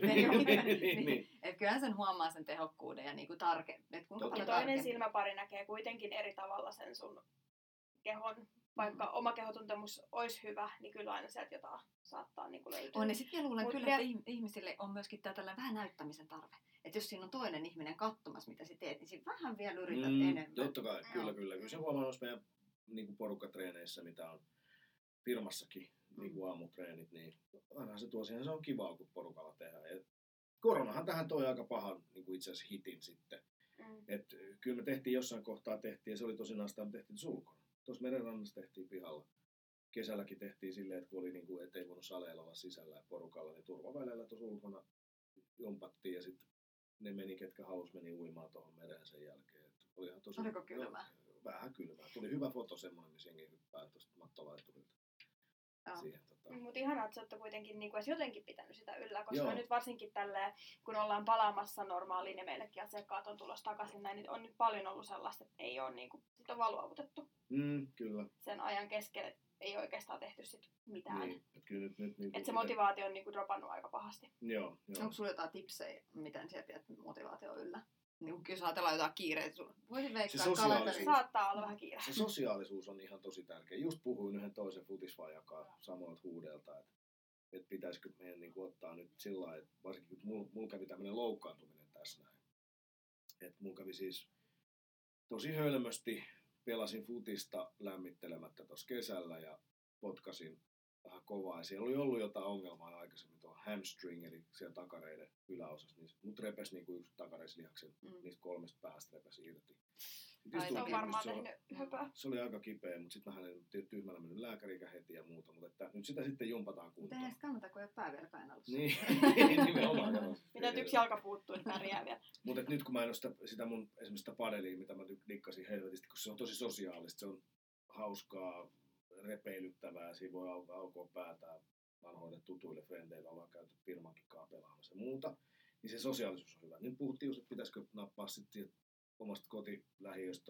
Että kyllähän sen huomaa sen tehokkuuden ja niinku tarkemmin. Ja toinen silmäpari näkee kuitenkin eri tavalla sen sun kehon. Vaikka oma kehotuntemus olisi hyvä, niin kyllä aina sieltä jotain saattaa niinku löytyä. On, ja sitten luulen kyllä, että ihmisille on myöskin tällainen vähän näyttämisen tarve. Että jos siinä on toinen ihminen katsomassa, mitä sä teet, niin siinä vähän vielä yrität enemmän. Totta kai, kyllä. Kyllä se huomaa noissa meidän niinku porukkatreeneissä, mitä on firmassakin, niinku aamutreenit, niin aina se tuo siihen, se on kivaa, kun porukalla tehdään. Ja koronahan tähän toi aika pahan niinku itse asiassa hitin sitten. Et kyllä me tehtiin jossain kohtaa, ja se oli tosinaan sitä, me tehtiin sulkona. Tuossa merenrannassa tehtiin pihalla. Kesälläkin tehtiin silleen, että kun oli niinku, ettei voinut saleilla olla sisällä ja porukalla, niin turvaväleillä tuossa ulkona jumpattiin ja sitten ne meni, ketkä meni uimaan tuohon mereen sen jälkeen. Et olihan tosi, oliko kylmää? Vähän kylmää. Tuli hyvä foto semmoinen, missä jengi hyppää tuosta mattolaiturilta. Mutta ihanaa, että sä olette kuitenkin niinku edes jotenkin pitänyt sitä yllä, koska nyt varsinkin tälleen, kun ollaan palaamassa normaaliin ja meillekin asiakkaat on tulossa takaisin näin, niin on nyt paljon ollut sellaista, että ei ole niinku, sit on vaan luovutettu. Kyllä. Sen ajan keskellä ei oikeastaan tehty sit mitään. Niin, kyllä nyt se motivaatio on niinku dropannut aika pahasti. Joo. Onko sulla jotain tipsejä, miten siellä pidät motivaatio yllä? Niin jos ajatellaan jotain kiireitä, voisin veikkaa kalenteriin. Saattaa olla vähän kiire. Se sosiaalisuus on ihan tosi tärkeä. Just puhuin yhden toisen futisvaijakaan samoilta huudelta, että pitäisikö meidän niin ottaa nyt sillä lailla, että varsinkin kun mulla kävi tämmöinen loukkaantuminen tässä näin. Että mulla kävi siis tosi hölmösti, pelasin futista lämmittelemättä tuossa kesällä ja potkasin vähän kovaa. Ja siellä oli ollut jotain ongelmaa aikaisemmin tuohon hamstring, eli siellä takareiden yläosassa. Niin mut repesi niinku yksi takareislihaksen, niistä 3 päästä repesi irti. Se on varmaan tehnyt höpöä. Se oli aika kipeä, mutta sitten mä en tyhmällä mennyt lääkärikä heti ja muuta. Mutta että nyt sitä sitten jumpataan kuntoon. Mutta eihän sitä kannata, kun ei ole pää vielä kainalossa. Niin, nimenomaan. Mitä yksi jalka puuttuu, niin pärjää vielä. Mutta nyt kun mä en ole sitä mun esimerkiksi sitä padelia, mitä mä dikkasin helvetisti, kun se on tosi sosiaalista, se on hauskaa, repeilyttävää, siinä voi aukoa päätään vanhoille tutuille frendeille, ollaan käyty firmankin pelaamassa ja muuta, niin se sosiaalisuus on hyvä. Nyt puhuttiin just, että pitäisikö nappaa sitten omasta kotilähiöstä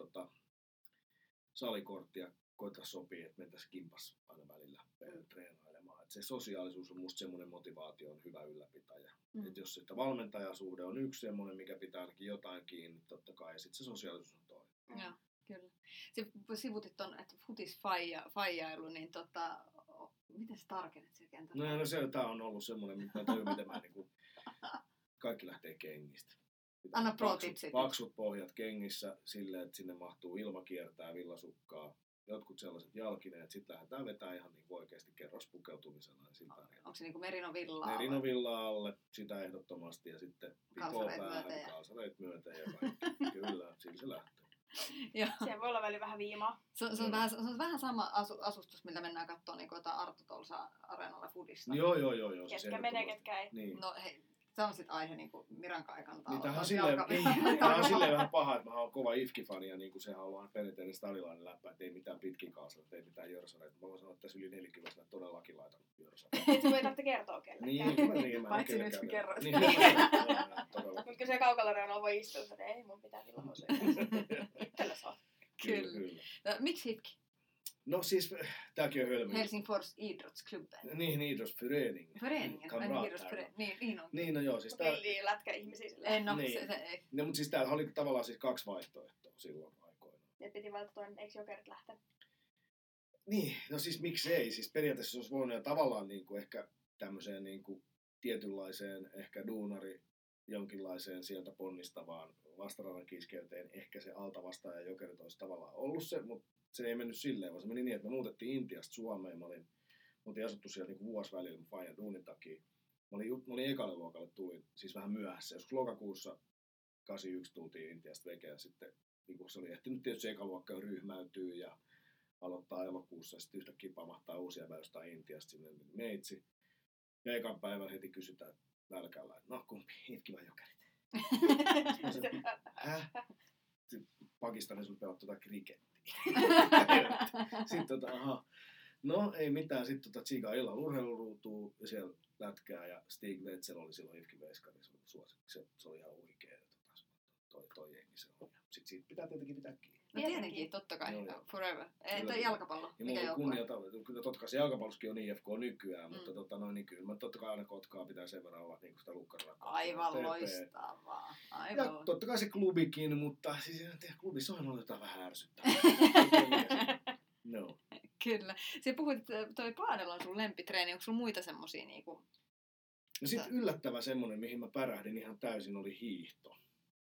salikorttia, koittaa sopia, että mentäisiin kimpas aina välillä treenailemaan. Et se sosiaalisuus on musta semmoinen motivaation hyvä ylläpitäjä. Et jos sitä valmentajasuhde on yksi semmoinen, mikä pitää ainakin jotain kiinni, totta kai, ja sitten se sosiaalisuus on toinen. Joo, kyllä. Sivutit ton, että futisfaijailu, niin miten sä tarkennat siellä kentällä? No tää on ollut semmoinen, miten mä niinku, kaikki lähtee kengistä. Anna pro-tipsit. Paksut pohjat kengissä silleen, että sinne mahtuu ilmakiertää, villasukkaa, jotkut sellaiset jalkineet, sitten lähdetään vetämään ihan niin oikeasti kerrospukeutumisella. Onko se niinku merinovillaa? Merinovillaa alle, sitä ehdottomasti, ja sitten pipoo päähän, kalsareet myöten ja kaikki. Kyllä, sillä se lähtee. Siellä voi olla väli vähän viimaa. Se on vähän sama asustus, millä mennään katsoa niin jotain Arto Tolsa areenalla fudista. Joo. Ketkä menee, ketkä ei. Niin. No hei, se on sitten aihe niin Miran kantaa. Niin, tämä on silleen vähän paha, että mä oon kova IFK-fani ja niin kuin sehän on ollut perinteinen stadilainen läppä, että ei mitään pitkin kanssa, ei mitään jörsareita. Mä voin sanoa, että tässä yli 40 todellakin laitan jörsareita. Et sun ei tarvitse kertoa kellekään. Niin, paitsi nyt kun kerroit. Mutta kun se kaukaloreunalla voi istua, että ei, mun pitää villahousuja. Itsellä saa. Kyllä. Miksi HIFK? No siis, tääkin on hölmö. Helsingfors Idrottsklubben. Niin, Idrottsförening. Niin on. Niin, no joo. Siis Villiä lätkäihmisiä silleen. No, niin. se ei. No, mutta siis täällä oli tavallaan siis 2 vaihtoehtoa silloin aikoina. Ja piti valita toinen, eikö Jokerit lähteä? Niin, no siis miksei. Siis periaatteessa olisi voinut tavallaan niin kuin ehkä tämmöiseen niin kuin tietynlaiseen ehkä duunari jonkinlaiseen sieltä ponnistavaan vastarannan kiskeyteen. Ehkä se altavastaaja Jokerit olisi tavallaan ollut se, mutta se ei mennyt silleen, vaan se meni niin, että me muutettiin Intiasta Suomeen. Mä olin asuttu siellä niin vuosi välillä mun faijan duunin takia. Mä olin ekalle luokalle, tulin siis vähän myöhässä. Joskus lokakuussa 81 tultiin Intiasta veke ja sitten niin kun se oli ehtinyt tietysti ekaluokka jo ryhmäytyy ja aloittaa elokuussa ja sitten yhtäkkiä pamahtaa uusia väystä Intiasta sinne meitsi. Ja ekan päivän heti kysytään nälkällä, että no kumpi, HIFK vai Jokerit? Mä sanoin, häh? Pakistanin sun pelat krikettiä. Sitten aha. No ei mitään, sitten tsiikaa illalla urheiluruutuun ja siellä lätkää ja Stig Wetzel oli silloin IFK Veiskari, se oli suosikki, se oli ihan oikein. Toi jengi se on. Sitten siitä pitää tietenkin pitää kiinni. No tietenkin, totta kai, joo. Forever. Entä jalkapallo? Ja mikä joukkue? Kyllä totta kai se jalkapallossakin on IFK nykyään, mutta niin kyllä mä totta kai aina Kotkaa pitää sen verran olla niin sitä lukkarakkaa. Aivan loistavaa. Ja totta kai se klubikin, mutta siis klubissa on ollut jotain vähän ärsyttävää. No. Kyllä. Sä puhuit, että toi paadel on sun lempitreeni. Onko sulla muita semmosia niinku... No sit yllättävä semmonen, mihin mä pärähdin ihan täysin, oli hiihto.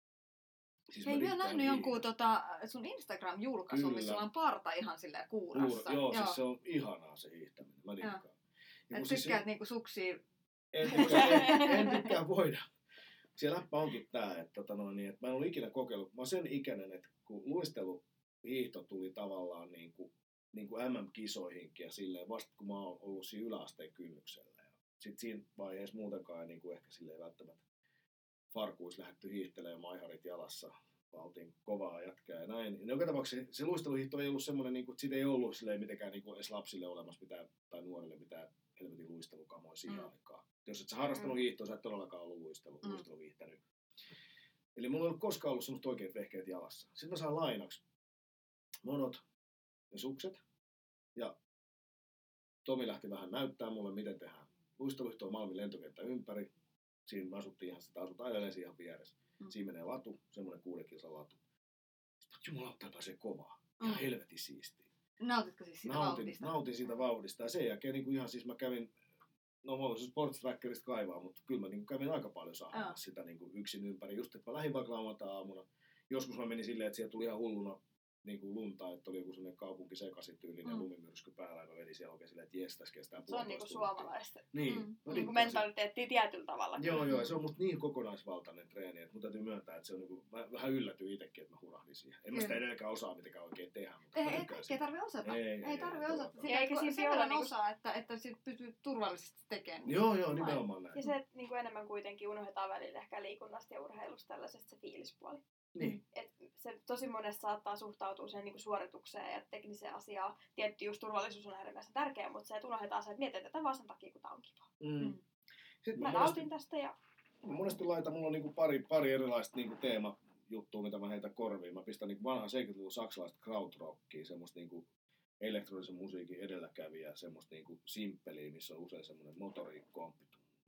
Siis hei, mä oon nähnyt jonkun sun Instagram-julkaisun, missä sulla on parta ihan silleen kuurassa. Joo, siis se on ihanaa se hiihtäminen. Mä liikkaan. Et tykkäät niinku suksia... En tykkää voida. Siellä läppä onkin tää, että mä en ollut ikinä kokeillut. Mä oon sen ikäinen, että kun luisteluhiihto tuli tavallaan niin kuin MM-kisoihinkin ja silleen vasta kun mä oon ollut siinä yläasteen kynnyksellä. Ja sit siinä vaiheessa muutenkaan niin kuin ehkä silleen välttämättä farkuissa lähdetty hiihtelemään maiharit jalassa. Valtiin kovaa jätkää ja näin. Ja joka tapauksessa se luisteluhiihto ei ollut semmoinen, niin kuin, että siitä ei ollut silleen mitenkään niin kuin edes lapsille olemassa mitään, tai nuorille mitään helvetin luistelukamoja siihen aikaan. Jos et sä harrastanut hiihtoa, sä et todellakaan ollut luisteluhiihtänyt. Eli mulla ei ollut koskaan ollut semmoista oikeat vehkeet jalassa. Sitten mä saan lainaksi monot ja sukset. Ja Tomi lähti vähän näyttää mulle, miten tehdään luisteluhiihtoa Malmin lentokenttä ympäri. Siinä me asutaan edelleen ihan vieressä. Siinä menee latu, semmoinen 6 kilsan latu. Sitten jumalauta pääsee kovaa. Ihan helvetin siistiä. Nautitko siis siitä vauhdista? Nautin siitä vauhdista. Ja sen jälkeen niin kuin ihan siis mä kävin, no mä olisin Sports Trackerista kaivaa, mutta kyllä mä niin kävin aika paljon saada sitä niin kuin yksin ympäri. Just että mä lähdin vaikka lauantai-aamuna. Joskus mä menin silleen, että siellä tuli ihan hulluna niin kuin lunta, että oli joku sellainen kaupunkisekasityylinen lumimyrsky päällä, ja mä vedin siellä oikein silleen, että jes, tässä kestää se on niinku suomalaista. Niin. Niinku mentaliteettia tietyllä tavalla. Joo, ja se on musta niin kokonaisvaltainen treeni, että mun täytyy myöntää, että se on niinku, mä vähän yllätyin itsekin, että mä hurahdin siihen. En mä sitä edelleenkään osaa mitenkään oikein tehdä, mutta ei tarvitse osata. Ei tarvitse osata. Eikä siis sen verran osaa, että sit pystyy turvallisesti tekemään. Joo, nimenomaan näin. Ja se, että niinku enemmän kuitenkin unohdetaan välillä ehkä liikunnasta ja urheilusta tällaisesta se fiilispuoli. Niin. Et se tosi monesti saattaa suhtautua siihen niinku suoritukseen ja tekniseen asiaan. Tietty just turvallisuus on äärimmäisen tärkeää, mutta se, että unohdetaan se, että mietitään tätä vaan sen takia, kun tää on kiva. Mä nautin tästä ja... Monesti mulla on niinku pari erilaista niinku teemajuttua, mitä mä heitän korviin. Mä pistän niinku vanhaa 70-luvun saksalaista krautrockia, semmoista niinku elektronisen musiikin edelläkävijää, semmoista niinku simppeliä, missä on usein semmoinen motoriikkomppi.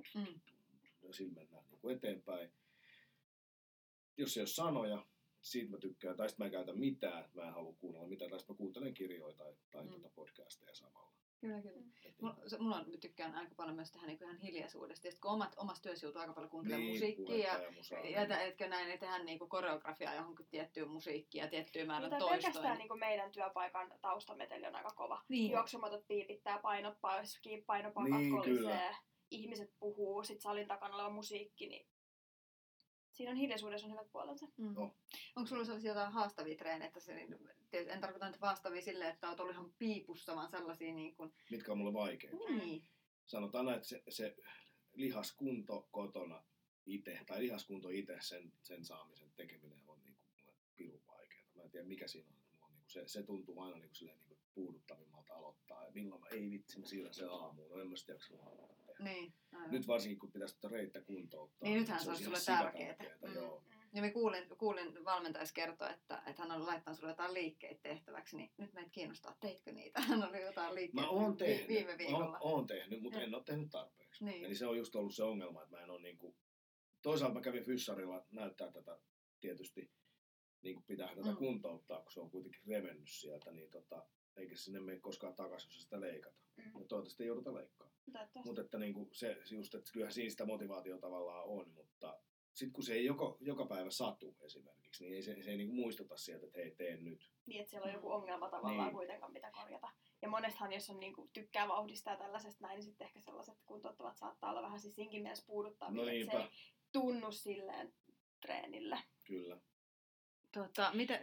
Ja sillä mennään niinku eteenpäin. Jos ei ole sanoja, siitä mä tykkään, tai sitten mä en käytä mitään, mä en halua kuunnella mitään, tai sitten mä kuuntelen kirjoja tai podcasteja samalla. Kyllä. Mulla on, tykkään aika paljon myös tähän niin ihan hiljaisuudesta. Ja sitten kun omassa työssä joutuu aika paljon kuuntelemaan musiikkia ja näin, niin tehdään niin koreografiaa johonkin tiettyyn musiikkiin ja tiettyyn määrän toistoon. Pelkästään niin meidän työpaikan taustameteli on aika kova. Niin. Juoksumatot piipittää, painot pois, painopakat kolisee, ihmiset puhuu, sit salin takana oleva musiikki, niin siinä on hiljaisuudessa on hyvät puolensa. Onko sulla sellaisia jotain haastavia treenejä? En tarkoita nyt haastavia silleen, että olet ollut ihan piipussa, vaan sellaisia niin kuin... Mitkä on mulle vaikeita. Niin. Sanotaan, että se lihaskunto kotona itse, tai lihaskunto itse, sen saamisen tekeminen on niin kuin mulle pirun vaikeaa. Mä en tiedä mikä siinä on. Mulla on niin kuin se tuntuu aina niin kuin silleen niin kuin puuduttavimmalta aloittaa. Ja milloin ei vitsi, mä siirrän sen aamuun. No en mä sitä jaksa aamuun tehdä. Niin, nyt varsinkin kun pitäisi reittä kuntouttaa. Niin nythän se olisi sulle tärkeää. Joo. Ja me kuulin valmentajassa kertoa, että hän oli laittanut sulle jotain liikkeitä tehtäväksi, niin nyt meitä kiinnostaa, teitkö niitä? Hän oli jotain liikkeitä viime viikolla. Oon tehnyt, mutta en ole tehnyt tarpeeksi. Niin. Eli se on just ollut se ongelma, että mä en ole niinku... Toisaalta mä kävin fyssarilla näyttää tätä tietysti, niin kuin pitää tätä kuntouttaa, kun se on kuitenkin revennyt sieltä, niin eikä sinne mene koskaan takaisin, jos sitä leikata. Ja toivottavasti ei jouduta leikkaamaan. Mutta että niinku se just, että kyllähän siinä sitä motivaatio tavallaan on, mutta sitten kun se ei joka päivä satu esimerkiksi, niin se ei niinku muistuta sieltä, että hei, teen nyt. Niin, että siellä on joku ongelma tavallaan kuitenkaan, mitä korjata. Ja monestahan, jos on niinku, tykkää vauhdista ja tällaisesta näin, niin sitten ehkä sellaiset kuntouttavat saattaa olla vähän siis sinkin mielessä puuduttavia, että se ei tunnu silleen treenillä. Kyllä.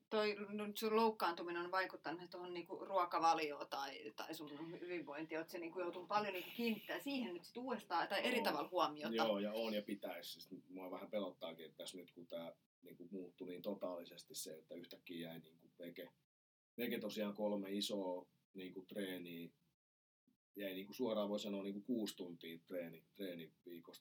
toi nyt sun loukkaantuminen on vaikuttanut tuohon niinku ruokavalioon tai sun hyvinvointiin, että se niinku joutuu paljon niinku kiinnittämään siihen nyt sit uudestaan tai eri tavalla huomiota. Joo, ja on ja pitäisi. Siis mua vähän pelottaakin, että tässä nyt kun tää niinku muuttui niin totaalisesti se, että yhtäkkiä jäi niinku veke tosiaan 3 isoa niinku treeniä, jäi niinku suoraan voi sanoa niinku 6 tuntia treeni viikosta,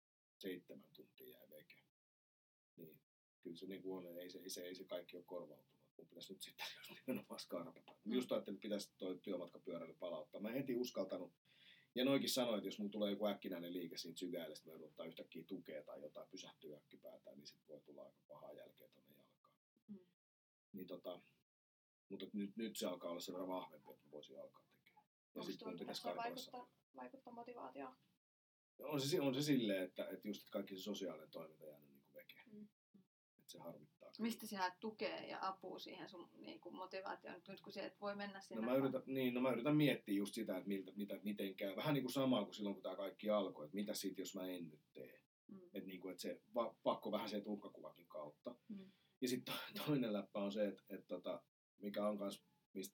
7 tuntia jäi veke. Niin kyllä se niinku on, ei se kaikki ole korvautunut. Mun pitäisi nyt sitten just nimenomaan skarpata. Just ajattelin, että pitäisi toi työmatkapyöräily palauttaa. Mä en heti uskaltanut. Ja noikin sanoin, että jos mulla tulee joku äkkinäinen liike siitä sydämestä, että mä joudun ottaa yhtäkkiä tukea tai jotain pysähtyä äkkipäätään, niin sit voi tulla aika pahaa jälkeä tonne jalkaan. Niin mutta nyt se alkaa olla sen verran vahvempi, että mä voisin alkaa tekemään. Ja sit mun pitäisi vaikuttaa motivaatioon. On se silleen, että just kaikki se sosiaalinen toiminta jäänyt niinku veke. Että se harmittaa. Mistä sä haet tukea ja apua siihen sun niinku motivaatioon, nyt kun sä et voi mennä sinne? Mä yritän miettiä just sitä, että miten käy. Vähän niin kuin samaa kuin silloin, kun tää kaikki alkoi, että mitä sit, jos mä en nyt tee. Että niinku, et se pakko vähän se uhkakuvakin kautta. Ja sitten toinen läppä on se, että mikä on kans,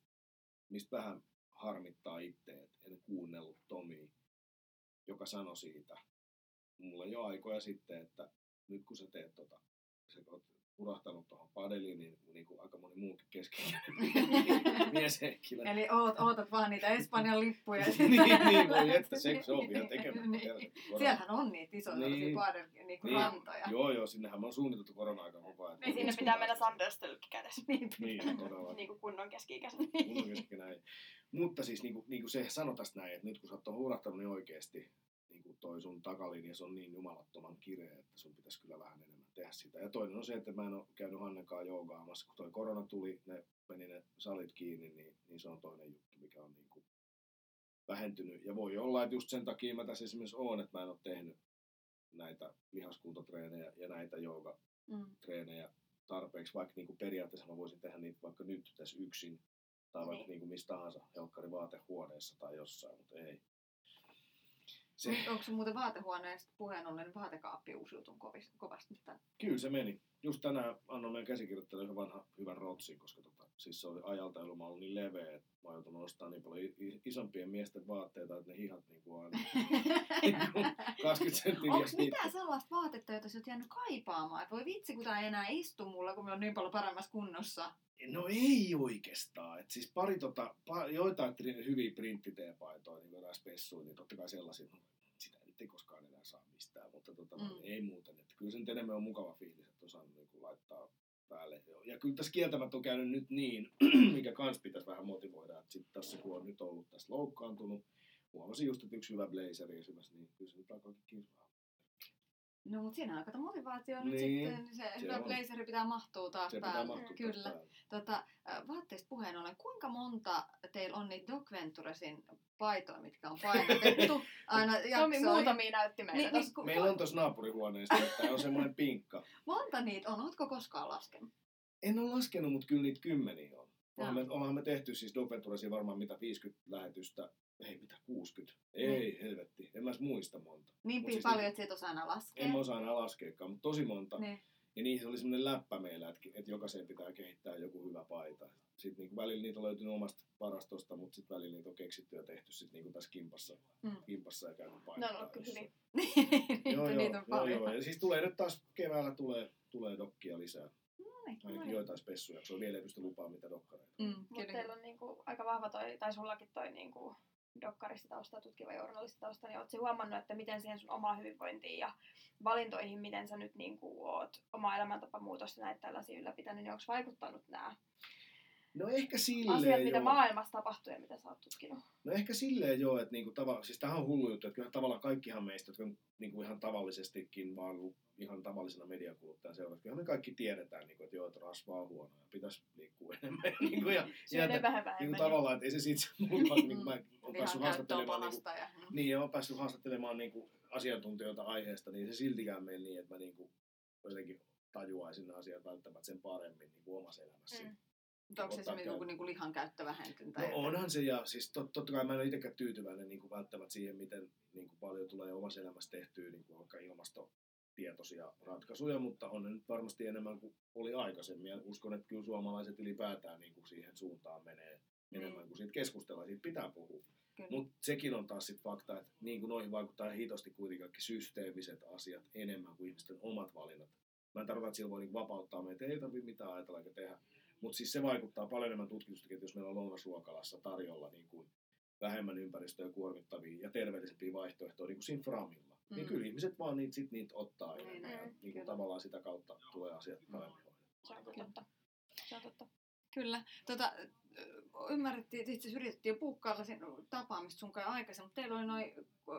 mistä vähän harmittaa itse, että en kuunnellut Tomia, joka sanoi siitä mulle jo aikoja sitten, että nyt kun sä teet sä oot urahtanut tuohon padeliin, niin kuin aika moni muukin keski-ikäinen mieshenkilö. Eli ootat vaan niitä Espanjan lippuja. niin voi, että se on vielä tekemättä. Siellähän on niitä isoja niinku rantoja. Joo, sinnehän on suunniteltu korona-aikaan koko ajan. Niin sinne pitää mennä Sanders-tölkki kädessä. Niin, todella. Niin kuin kunnon keski-ikäisen. Kunnon keski-ikäinen. Mutta siis niin kuin se sanoi tästä näin, että nyt kun sä oot urahtanut, niin oikeesti niin toi sun takalinja, se on niin jumalattoman kireä, että sun pitäisi kyllä vähän enemmän tehdä sitä. Ja toinen on se, että mä en ole käynyt Hannenkaan joogaamassa. Kun toi korona tuli, meni ne salit kiinni, niin se on toinen juttu, mikä on niin kuin vähentynyt. Ja voi olla, että just sen takia mä tässä esimerkiksi oon, että mä en ole tehnyt näitä lihaskuntotreenejä ja näitä joogatreenejä tarpeeksi, vaikka niin kuin periaatteessa mä voisin tehdä niitä vaikka nyt tässä yksin, tai vaikka niin kuin missä tahansa helkkarivaatehuoneessa tai jossain, mutta ei. Onko se muuten vaatehuoneesta puheen ollen vaatekaappi uusiutunut kovasti? Kyllä se meni. Just tänään annoin meidän käsikirjoittajalle hyvän rotsin, koska siis se oli ajalta ollut niin leveä, että mä oon joutunut ostamaan niin paljon isompien miesten vaatteita, että ne hihat niin kuin aina 20 senttiä. Onko mitään sellaista vaatetta, jota sä oot jäänyt kaipaamaan? Et voi vitsi, kun tää ei enää istu mulla, kun me on niin paljon paremmassa kunnossa. No ei oikeastaan. Et siis joitain hyviä printtiteepaitoja, niin jotain spessuja, niin totta kai sellaisia, sitä nyt ei koskaan enää saa mistään, mutta ei muuten. Että kyllä se nyt enemmän on mukava fiilis, että on saanut niin laittaa päälle. Ja kyllä tässä kieltämättä on käynyt nyt niin, mikä kans pitäisi vähän motivoida, että sitten tässä kun on nyt ollut tässä loukkaantunut, huomasin just, että yksi hyvä blazeri esimerkiksi, niin kyllä se nyt alkaakin kirjaa. No, mutta siinä on aika motivaatio nyt sitten, niin se hyvä blazeri pitää mahtua taas päälle. Kyllä. Vaatteista puheen ollen, kuinka monta teillä on niitä Doc Venturesin paitoja, mitkä on painotettu aina jaksoihin? Tomi muutamia näytti meille. Meillä on tuossa naapurihuoneessa, että on semmoinen pinkka. Monta niitä on? Ootko koskaan laskenut? En ole laskenut, mutta kyllä niitä 10 on. Ollaan me tehty siis Doc Venturesia varmaan mitä 50 lähetystä. Ei mitä 60. Ei helvetti. En mä muista monta. Niin siis paljon, että et osaa aina laskea. En mä osaa aina laskeakaan, mutta tosi monta. Ne. Ja niihin oli semmoinen läppä meillä, että jokaiseen pitää kehittää joku hyvä paita. Sitten niin välillä niitä on löytynyt omasta varastosta, mutta sitten välillä niitä on keksitty ja tehty sitten niin tässä kimpassa ja käynyt painaa. No, kyllä. Niitä on paljon. Joo. Ja siis tulee nyt taas keväällä tulee dokkia lisää. Ainakin joitain spessuja, se on vielä ei pysty lupaamaan mitä dokkareita. Mutta teillä on niinku aika vahva tai sullakin toi niinku dokkaristitausta, tutkiva journalistitausta, niin ootko huomannut, että miten siihen sun omaan hyvinvointiin ja valintoihin, miten sä nyt niinku oot omaa elämäntapamuutosta näitä tällaisia ylläpitänyt, niin onko vaikuttanut nämä ehkä silleen asiat, mitä maailmassa tapahtuu ja mitä sä oot tutkinut? No ehkä silleen joo, että niinku siis tämähän on hullu juttu, että kyllähän tavallaan kaikkihan meistä, jotka on niinku ihan tavallisestikin vaan ihan tavallisena mediakuluttajan seurassa, kyllähän me kaikki tiedetään, niinku, että joo, että rasva on huono ja pitäisi liikkua enemmän. Niinku, ja vähemmän. Tavallaan, että ei se siitä muuta, niin mä oon päässyt haastattelemaan niinku asiantuntijoita aiheesta, niin se siltikään meni niin, että mä niinku jotenkin tajuaisin ne asiat välttämättä sen paremmin niinku omassa elämässä. Onko se niinku lihan käyttö vähentynyt? No onhan se, ja siis totta kai mä en ole itsekään tyytyväinen niinku välttämättä siihen, miten niinku paljon tulee omassa elämässä tehtyä niinku vaikka ilmastotiimoilta tietoisia ratkaisuja, mutta on ne nyt varmasti enemmän kuin oli aikaisemmin. Ja uskon, että kyllä suomalaiset ylipäätään niin kuin siihen suuntaan menee enemmän kuin siitä keskustellaan, siitä pitää puhua. Mutta sekin on taas sit fakta, että niin kuin noihin vaikuttaa hitosti kuitenkin kaikki systeemiset asiat enemmän kuin ihmisten omat valinnat. Mä en tarkoita, että sillä voi niin vapauttaa meitä, ei tarvitse mitään ajatella eikä tehdä. Mutta siis se vaikuttaa paljon enemmän tutkimustakin, että jos meillä on lounasruokalassa tarjolla niin kuin vähemmän ympäristöä kuormittavia ja terveellisempiä vaihtoehtoja niin kuin siinä Framilla, niin kyllä ihmiset vaan niitä ottaa enemmän ja niin kuin tavallaan sitä kautta tulee asiat paremmin hoidettua. Se on totta. Se on totta. Kyllä. Ymmärrettiin, itse asiassa yritettiin jo puukkailla sen tapaamista sun kanssa aikaisemmin, mutta teillä oli noin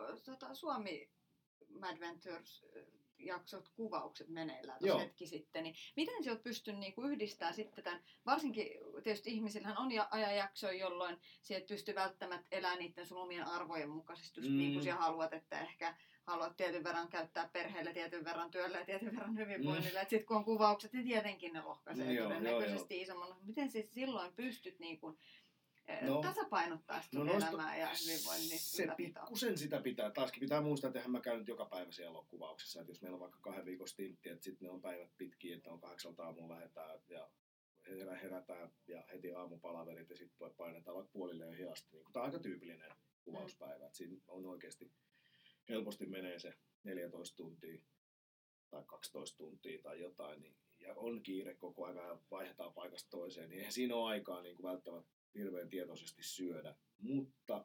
Suomi Madventures jaksot, kuvaukset meneillään tuossa hetki sitten, niin miten sä oot pystynyt niinku yhdistämään sitten tämän, varsinkin tietysti ihmisillähän on ajanjaksoja, jolloin sä et pysty välttämättä elämään niiden sun omien arvojen mukaisesti, just niin kuin sä haluat, että ehkä haluat tietyn verran käyttää perheelle, tietyn verran työlle ja tietyn verran hyvinvoinnille, että sitten kun on kuvaukset, niin tietenkin ne lohkaisee todennäköisesti isomman. Miten siis silloin pystyt niinku tasapainottaa sitä elämää ja hyvinvoinnin ylläpitoa? Pikkusen sitä pitää. Taaskin pitää muistaa, että eihän mä käyn nyt joka päivä siellä kuvauksessa. Että jos meillä on vaikka 2 viikon stintti, että sitten ne on päivät pitkiä, että on 8 aamulla lähdetään ja herätään ja heti aamupalaverit ja sitten painetaan vaikka puolille hienosti. Niin, tämä on aika tyypillinen kuvauspäivä. Että siinä on oikeasti helposti menee se 14 tuntia tai 12 tuntia tai jotain. Niin, ja on kiire koko ajan ja vaihdetaan paikasta toiseen. Niin eihän siinä ole aikaa niin kuin välttämättä hirveän tietoisesti syödä, mutta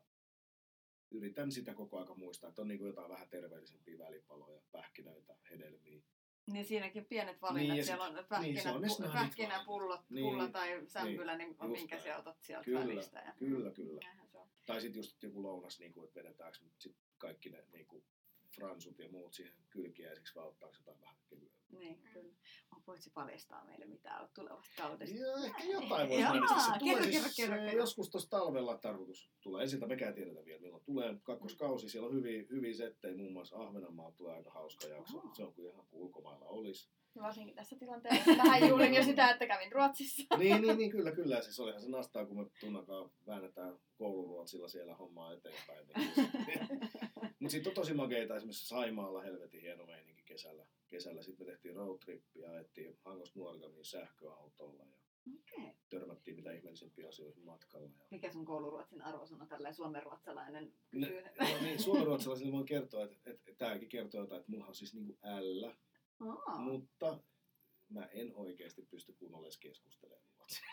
yritän sitä koko aika muistaa, että on niin kuin jotain vähän terveellisempiä välipaloja, pähkinöitä, hedelmiä. Niin siinäkin pienet valinnat, siellä on pähkinäpullo tai sämpylä, niin minkä sä otat sieltä välistä. Ja Kyllä. Tai sitten just joku lounas, niin kuin, että vedetäänkö nyt sit kaikki ne niin kuin fransut ja muut siihen kylkiäisiksi, vai ottaako jotain vähän kevyemmin. Niin, kyllä. Voitko paljastaa meille mitään tulevasta kaudesta? Joo, ehkä jotain voisi mennä. Kerro. Joskus tuossa talvella tarkoitus tulee. En sitä mekään tiedetä vielä, milloin tulee. Kakkoskausi, siellä on hyviä settejä, muun muassa Ahvenanmaalta tulee aika hauska jakso. Se on kuin ihan kuin ulkomailla olisi. Varsinkin tässä tilanteessa. Vähän juulin jo sitä, että kävin Ruotsissa. niin, kyllä. Siis olihan se nastaa, kun me tunnakaan väännetään kouluruotsilla siellä hommaa eteenpäin. Mutta sitten on tosi makeita. Esimerkiksi Saimaalla helvetin hieno meininki kesällä. Sitten me tehtiin roadtrippiä, ajettiin Hangosta Nuorgamiin sähköautolla ja törmättiin mitä ihmeellisempiä asioihin matkalla. Mikä sun kouluruotsin arvosana tällainen suomenruotsalainen? Suomenruotsalaisille voin kertoa, että tämäkin kertoo jotain, että mulla on siis niinku L. Mutta mä en oikeasti pysty kunnolla edes keskustelemaan ruotsia.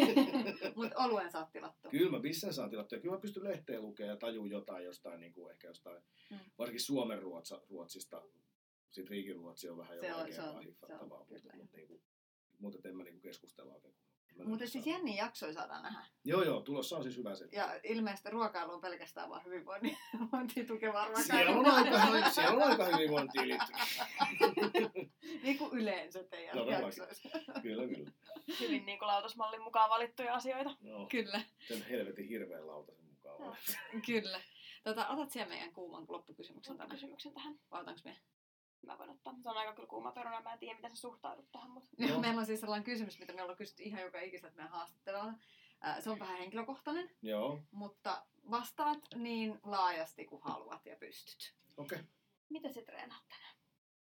Mutta oluen saat tilattua. Kyllä mä bissen saan tilattua. Kyllä mä pystyn lehteen lukemaan ja tajuu jotain jostain, niin kuin ehkä jostain, varsinkin Suomen ruotsista. Sitten riikiruotsi on vähän jo vaikeaa hiffattavaa. Mutta en mä niin keskustella oikein. Mutta siis jänniä jaksoja saadaan nähdä. Joo, tulossa on siis hyvä se. Ja ilmeisesti ruokailu on pelkästään vaan hyvinvointia tukevaa ruokailua. Siellä on aika hyvinvointia liittyvää. Niin kuin yleensä teidän jaksoissa. Kyllä. Hyvin niin kuin lautasmallin mukaan valittuja asioita. No, kyllä. Sen helvetin hirveän lautasen mukaan valittu. Kyllä. Otat siellä meidän kuuman loppukysymyksen tähän. Vai otanko me? Mä voin ottaa. Se on aika kyllä kuuma peruna. Mä en tiedä, miten sä suhtaudut tähän. Mutta... Meillä on siis sellainen kysymys, mitä me ollaan kysytty ihan joka ikiseltä meidän haastattelua. Se on vähän henkilökohtainen, mutta vastaat niin laajasti kuin haluat ja pystyt. Okei. Mitä sä treenaat tänään?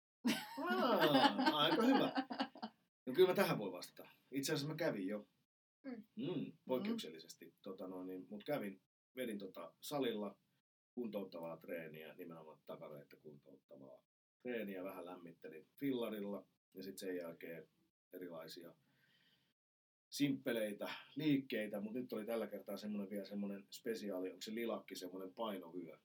Aika hyvä. No kyllä mä tähän voi vastata. Itse asiassa mä kävin jo. Poikkeuksellisesti. Mutta vedin salilla kuntouttavaa treeniä, nimenomaan takareita kuntouttavaa treeniä, vähän lämmittelin fillarilla ja sitten sen jälkeen erilaisia simppeleitä liikkeitä, mutta nyt oli tällä kertaa semmoinen spesiaali, onko se lilakki, semmoinen painovyö.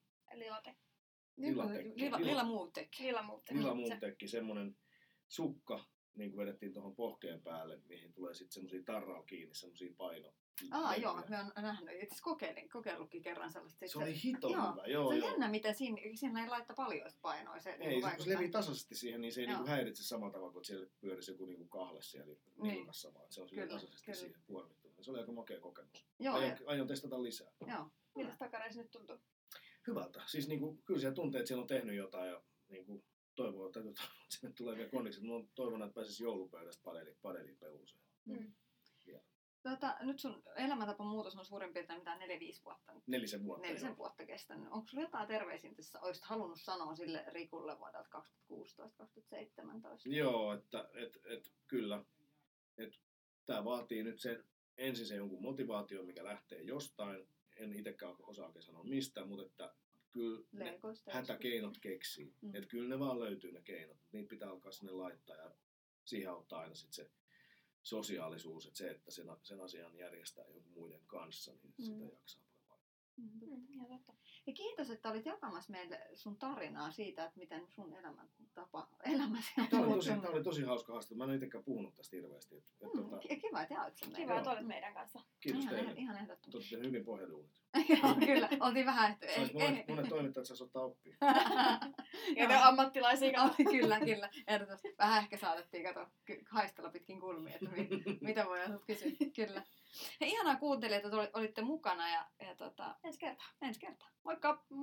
Lilamuutekki, semmoinen sukka, niin kuin vedettiin tuohon pohkeen päälle, mihin tulee sitten semmoisia tarralla kiinni, semmoisia paino. Joo, mä oon nähnyt. Itse kokeillutkin kerran sellaista. Se oli hyvä, joo. Se on jännä, miten siinä ei laittaa paljon painoa. Ei, kun se levii tasaisesti siihen, niin se ei niinku häiritse samalla tavalla, kun siellä pyörisi joku niinku kahle siellä nilkassa, vaan se on tasaisesti siihen kuormittunut. Se oli aika makea kokemus. Aion testata lisää. Joo. Miltä takareissa nyt tuntuu? Hyvältä. Siis niinku, kyllä siellä tuntee, että siellä on tehnyt jotain ja niinku, toivoo, että sinne tulee vielä kondiksi. Mä toivon, että pääsisi joulupöydästä padeliin peluuseen. nyt sun elämäntapamuutos on suurin piirtein mitään 4-5 vuotta. 4 vuotta. 4 vuotta kestänyt. Onko sulla jotain terveisiä, että olisit halunnut sanoa sille Rikulle vuodelta 2016-2017? Joo, että kyllä. Tämä vaatii nyt ensin se jonkun motivaation, mikä lähtee jostain. En itsekään osaa oikein sanoa mistä, mutta että kyllä ne hätäkeinot keksii. Että kyllä ne vaan löytyy ne keinot. Niitä pitää alkaa sinne laittaa ja siihen auttaa aina sit se sosiaalisuus, että se, että sen asian järjestää jonkun muiden kanssa, niin sitä jaksaa paljon. Ja kiitos, että olit jakamassa meille sun tarinaa siitä, että miten sun elämäsi on Tämä oli tosi hauska haastattelu. Mä en ole itsekään puhunut tästä hirveästi. Kiva, että jaoit sen meille. Kiva, että olet meidän kanssa. Kiitos teille. Ihan ehdottomasti. Olette tehneet hyvin pohjaduunit. Joo, kyllä. Oltiin vähän Monet toimittajat saisi ottaa oppia. Ja te ammattilaisia. Kyllä. Ehdottomasti. Vähän ehkä saatettiin haistella pitkin kulmia, että mitä voidaan kysyä. Kyllä. Hei, ihanaa kuuntelijat, että olitte mukana. Ja Ensi kertaa. Ensi kertaa. Moikka!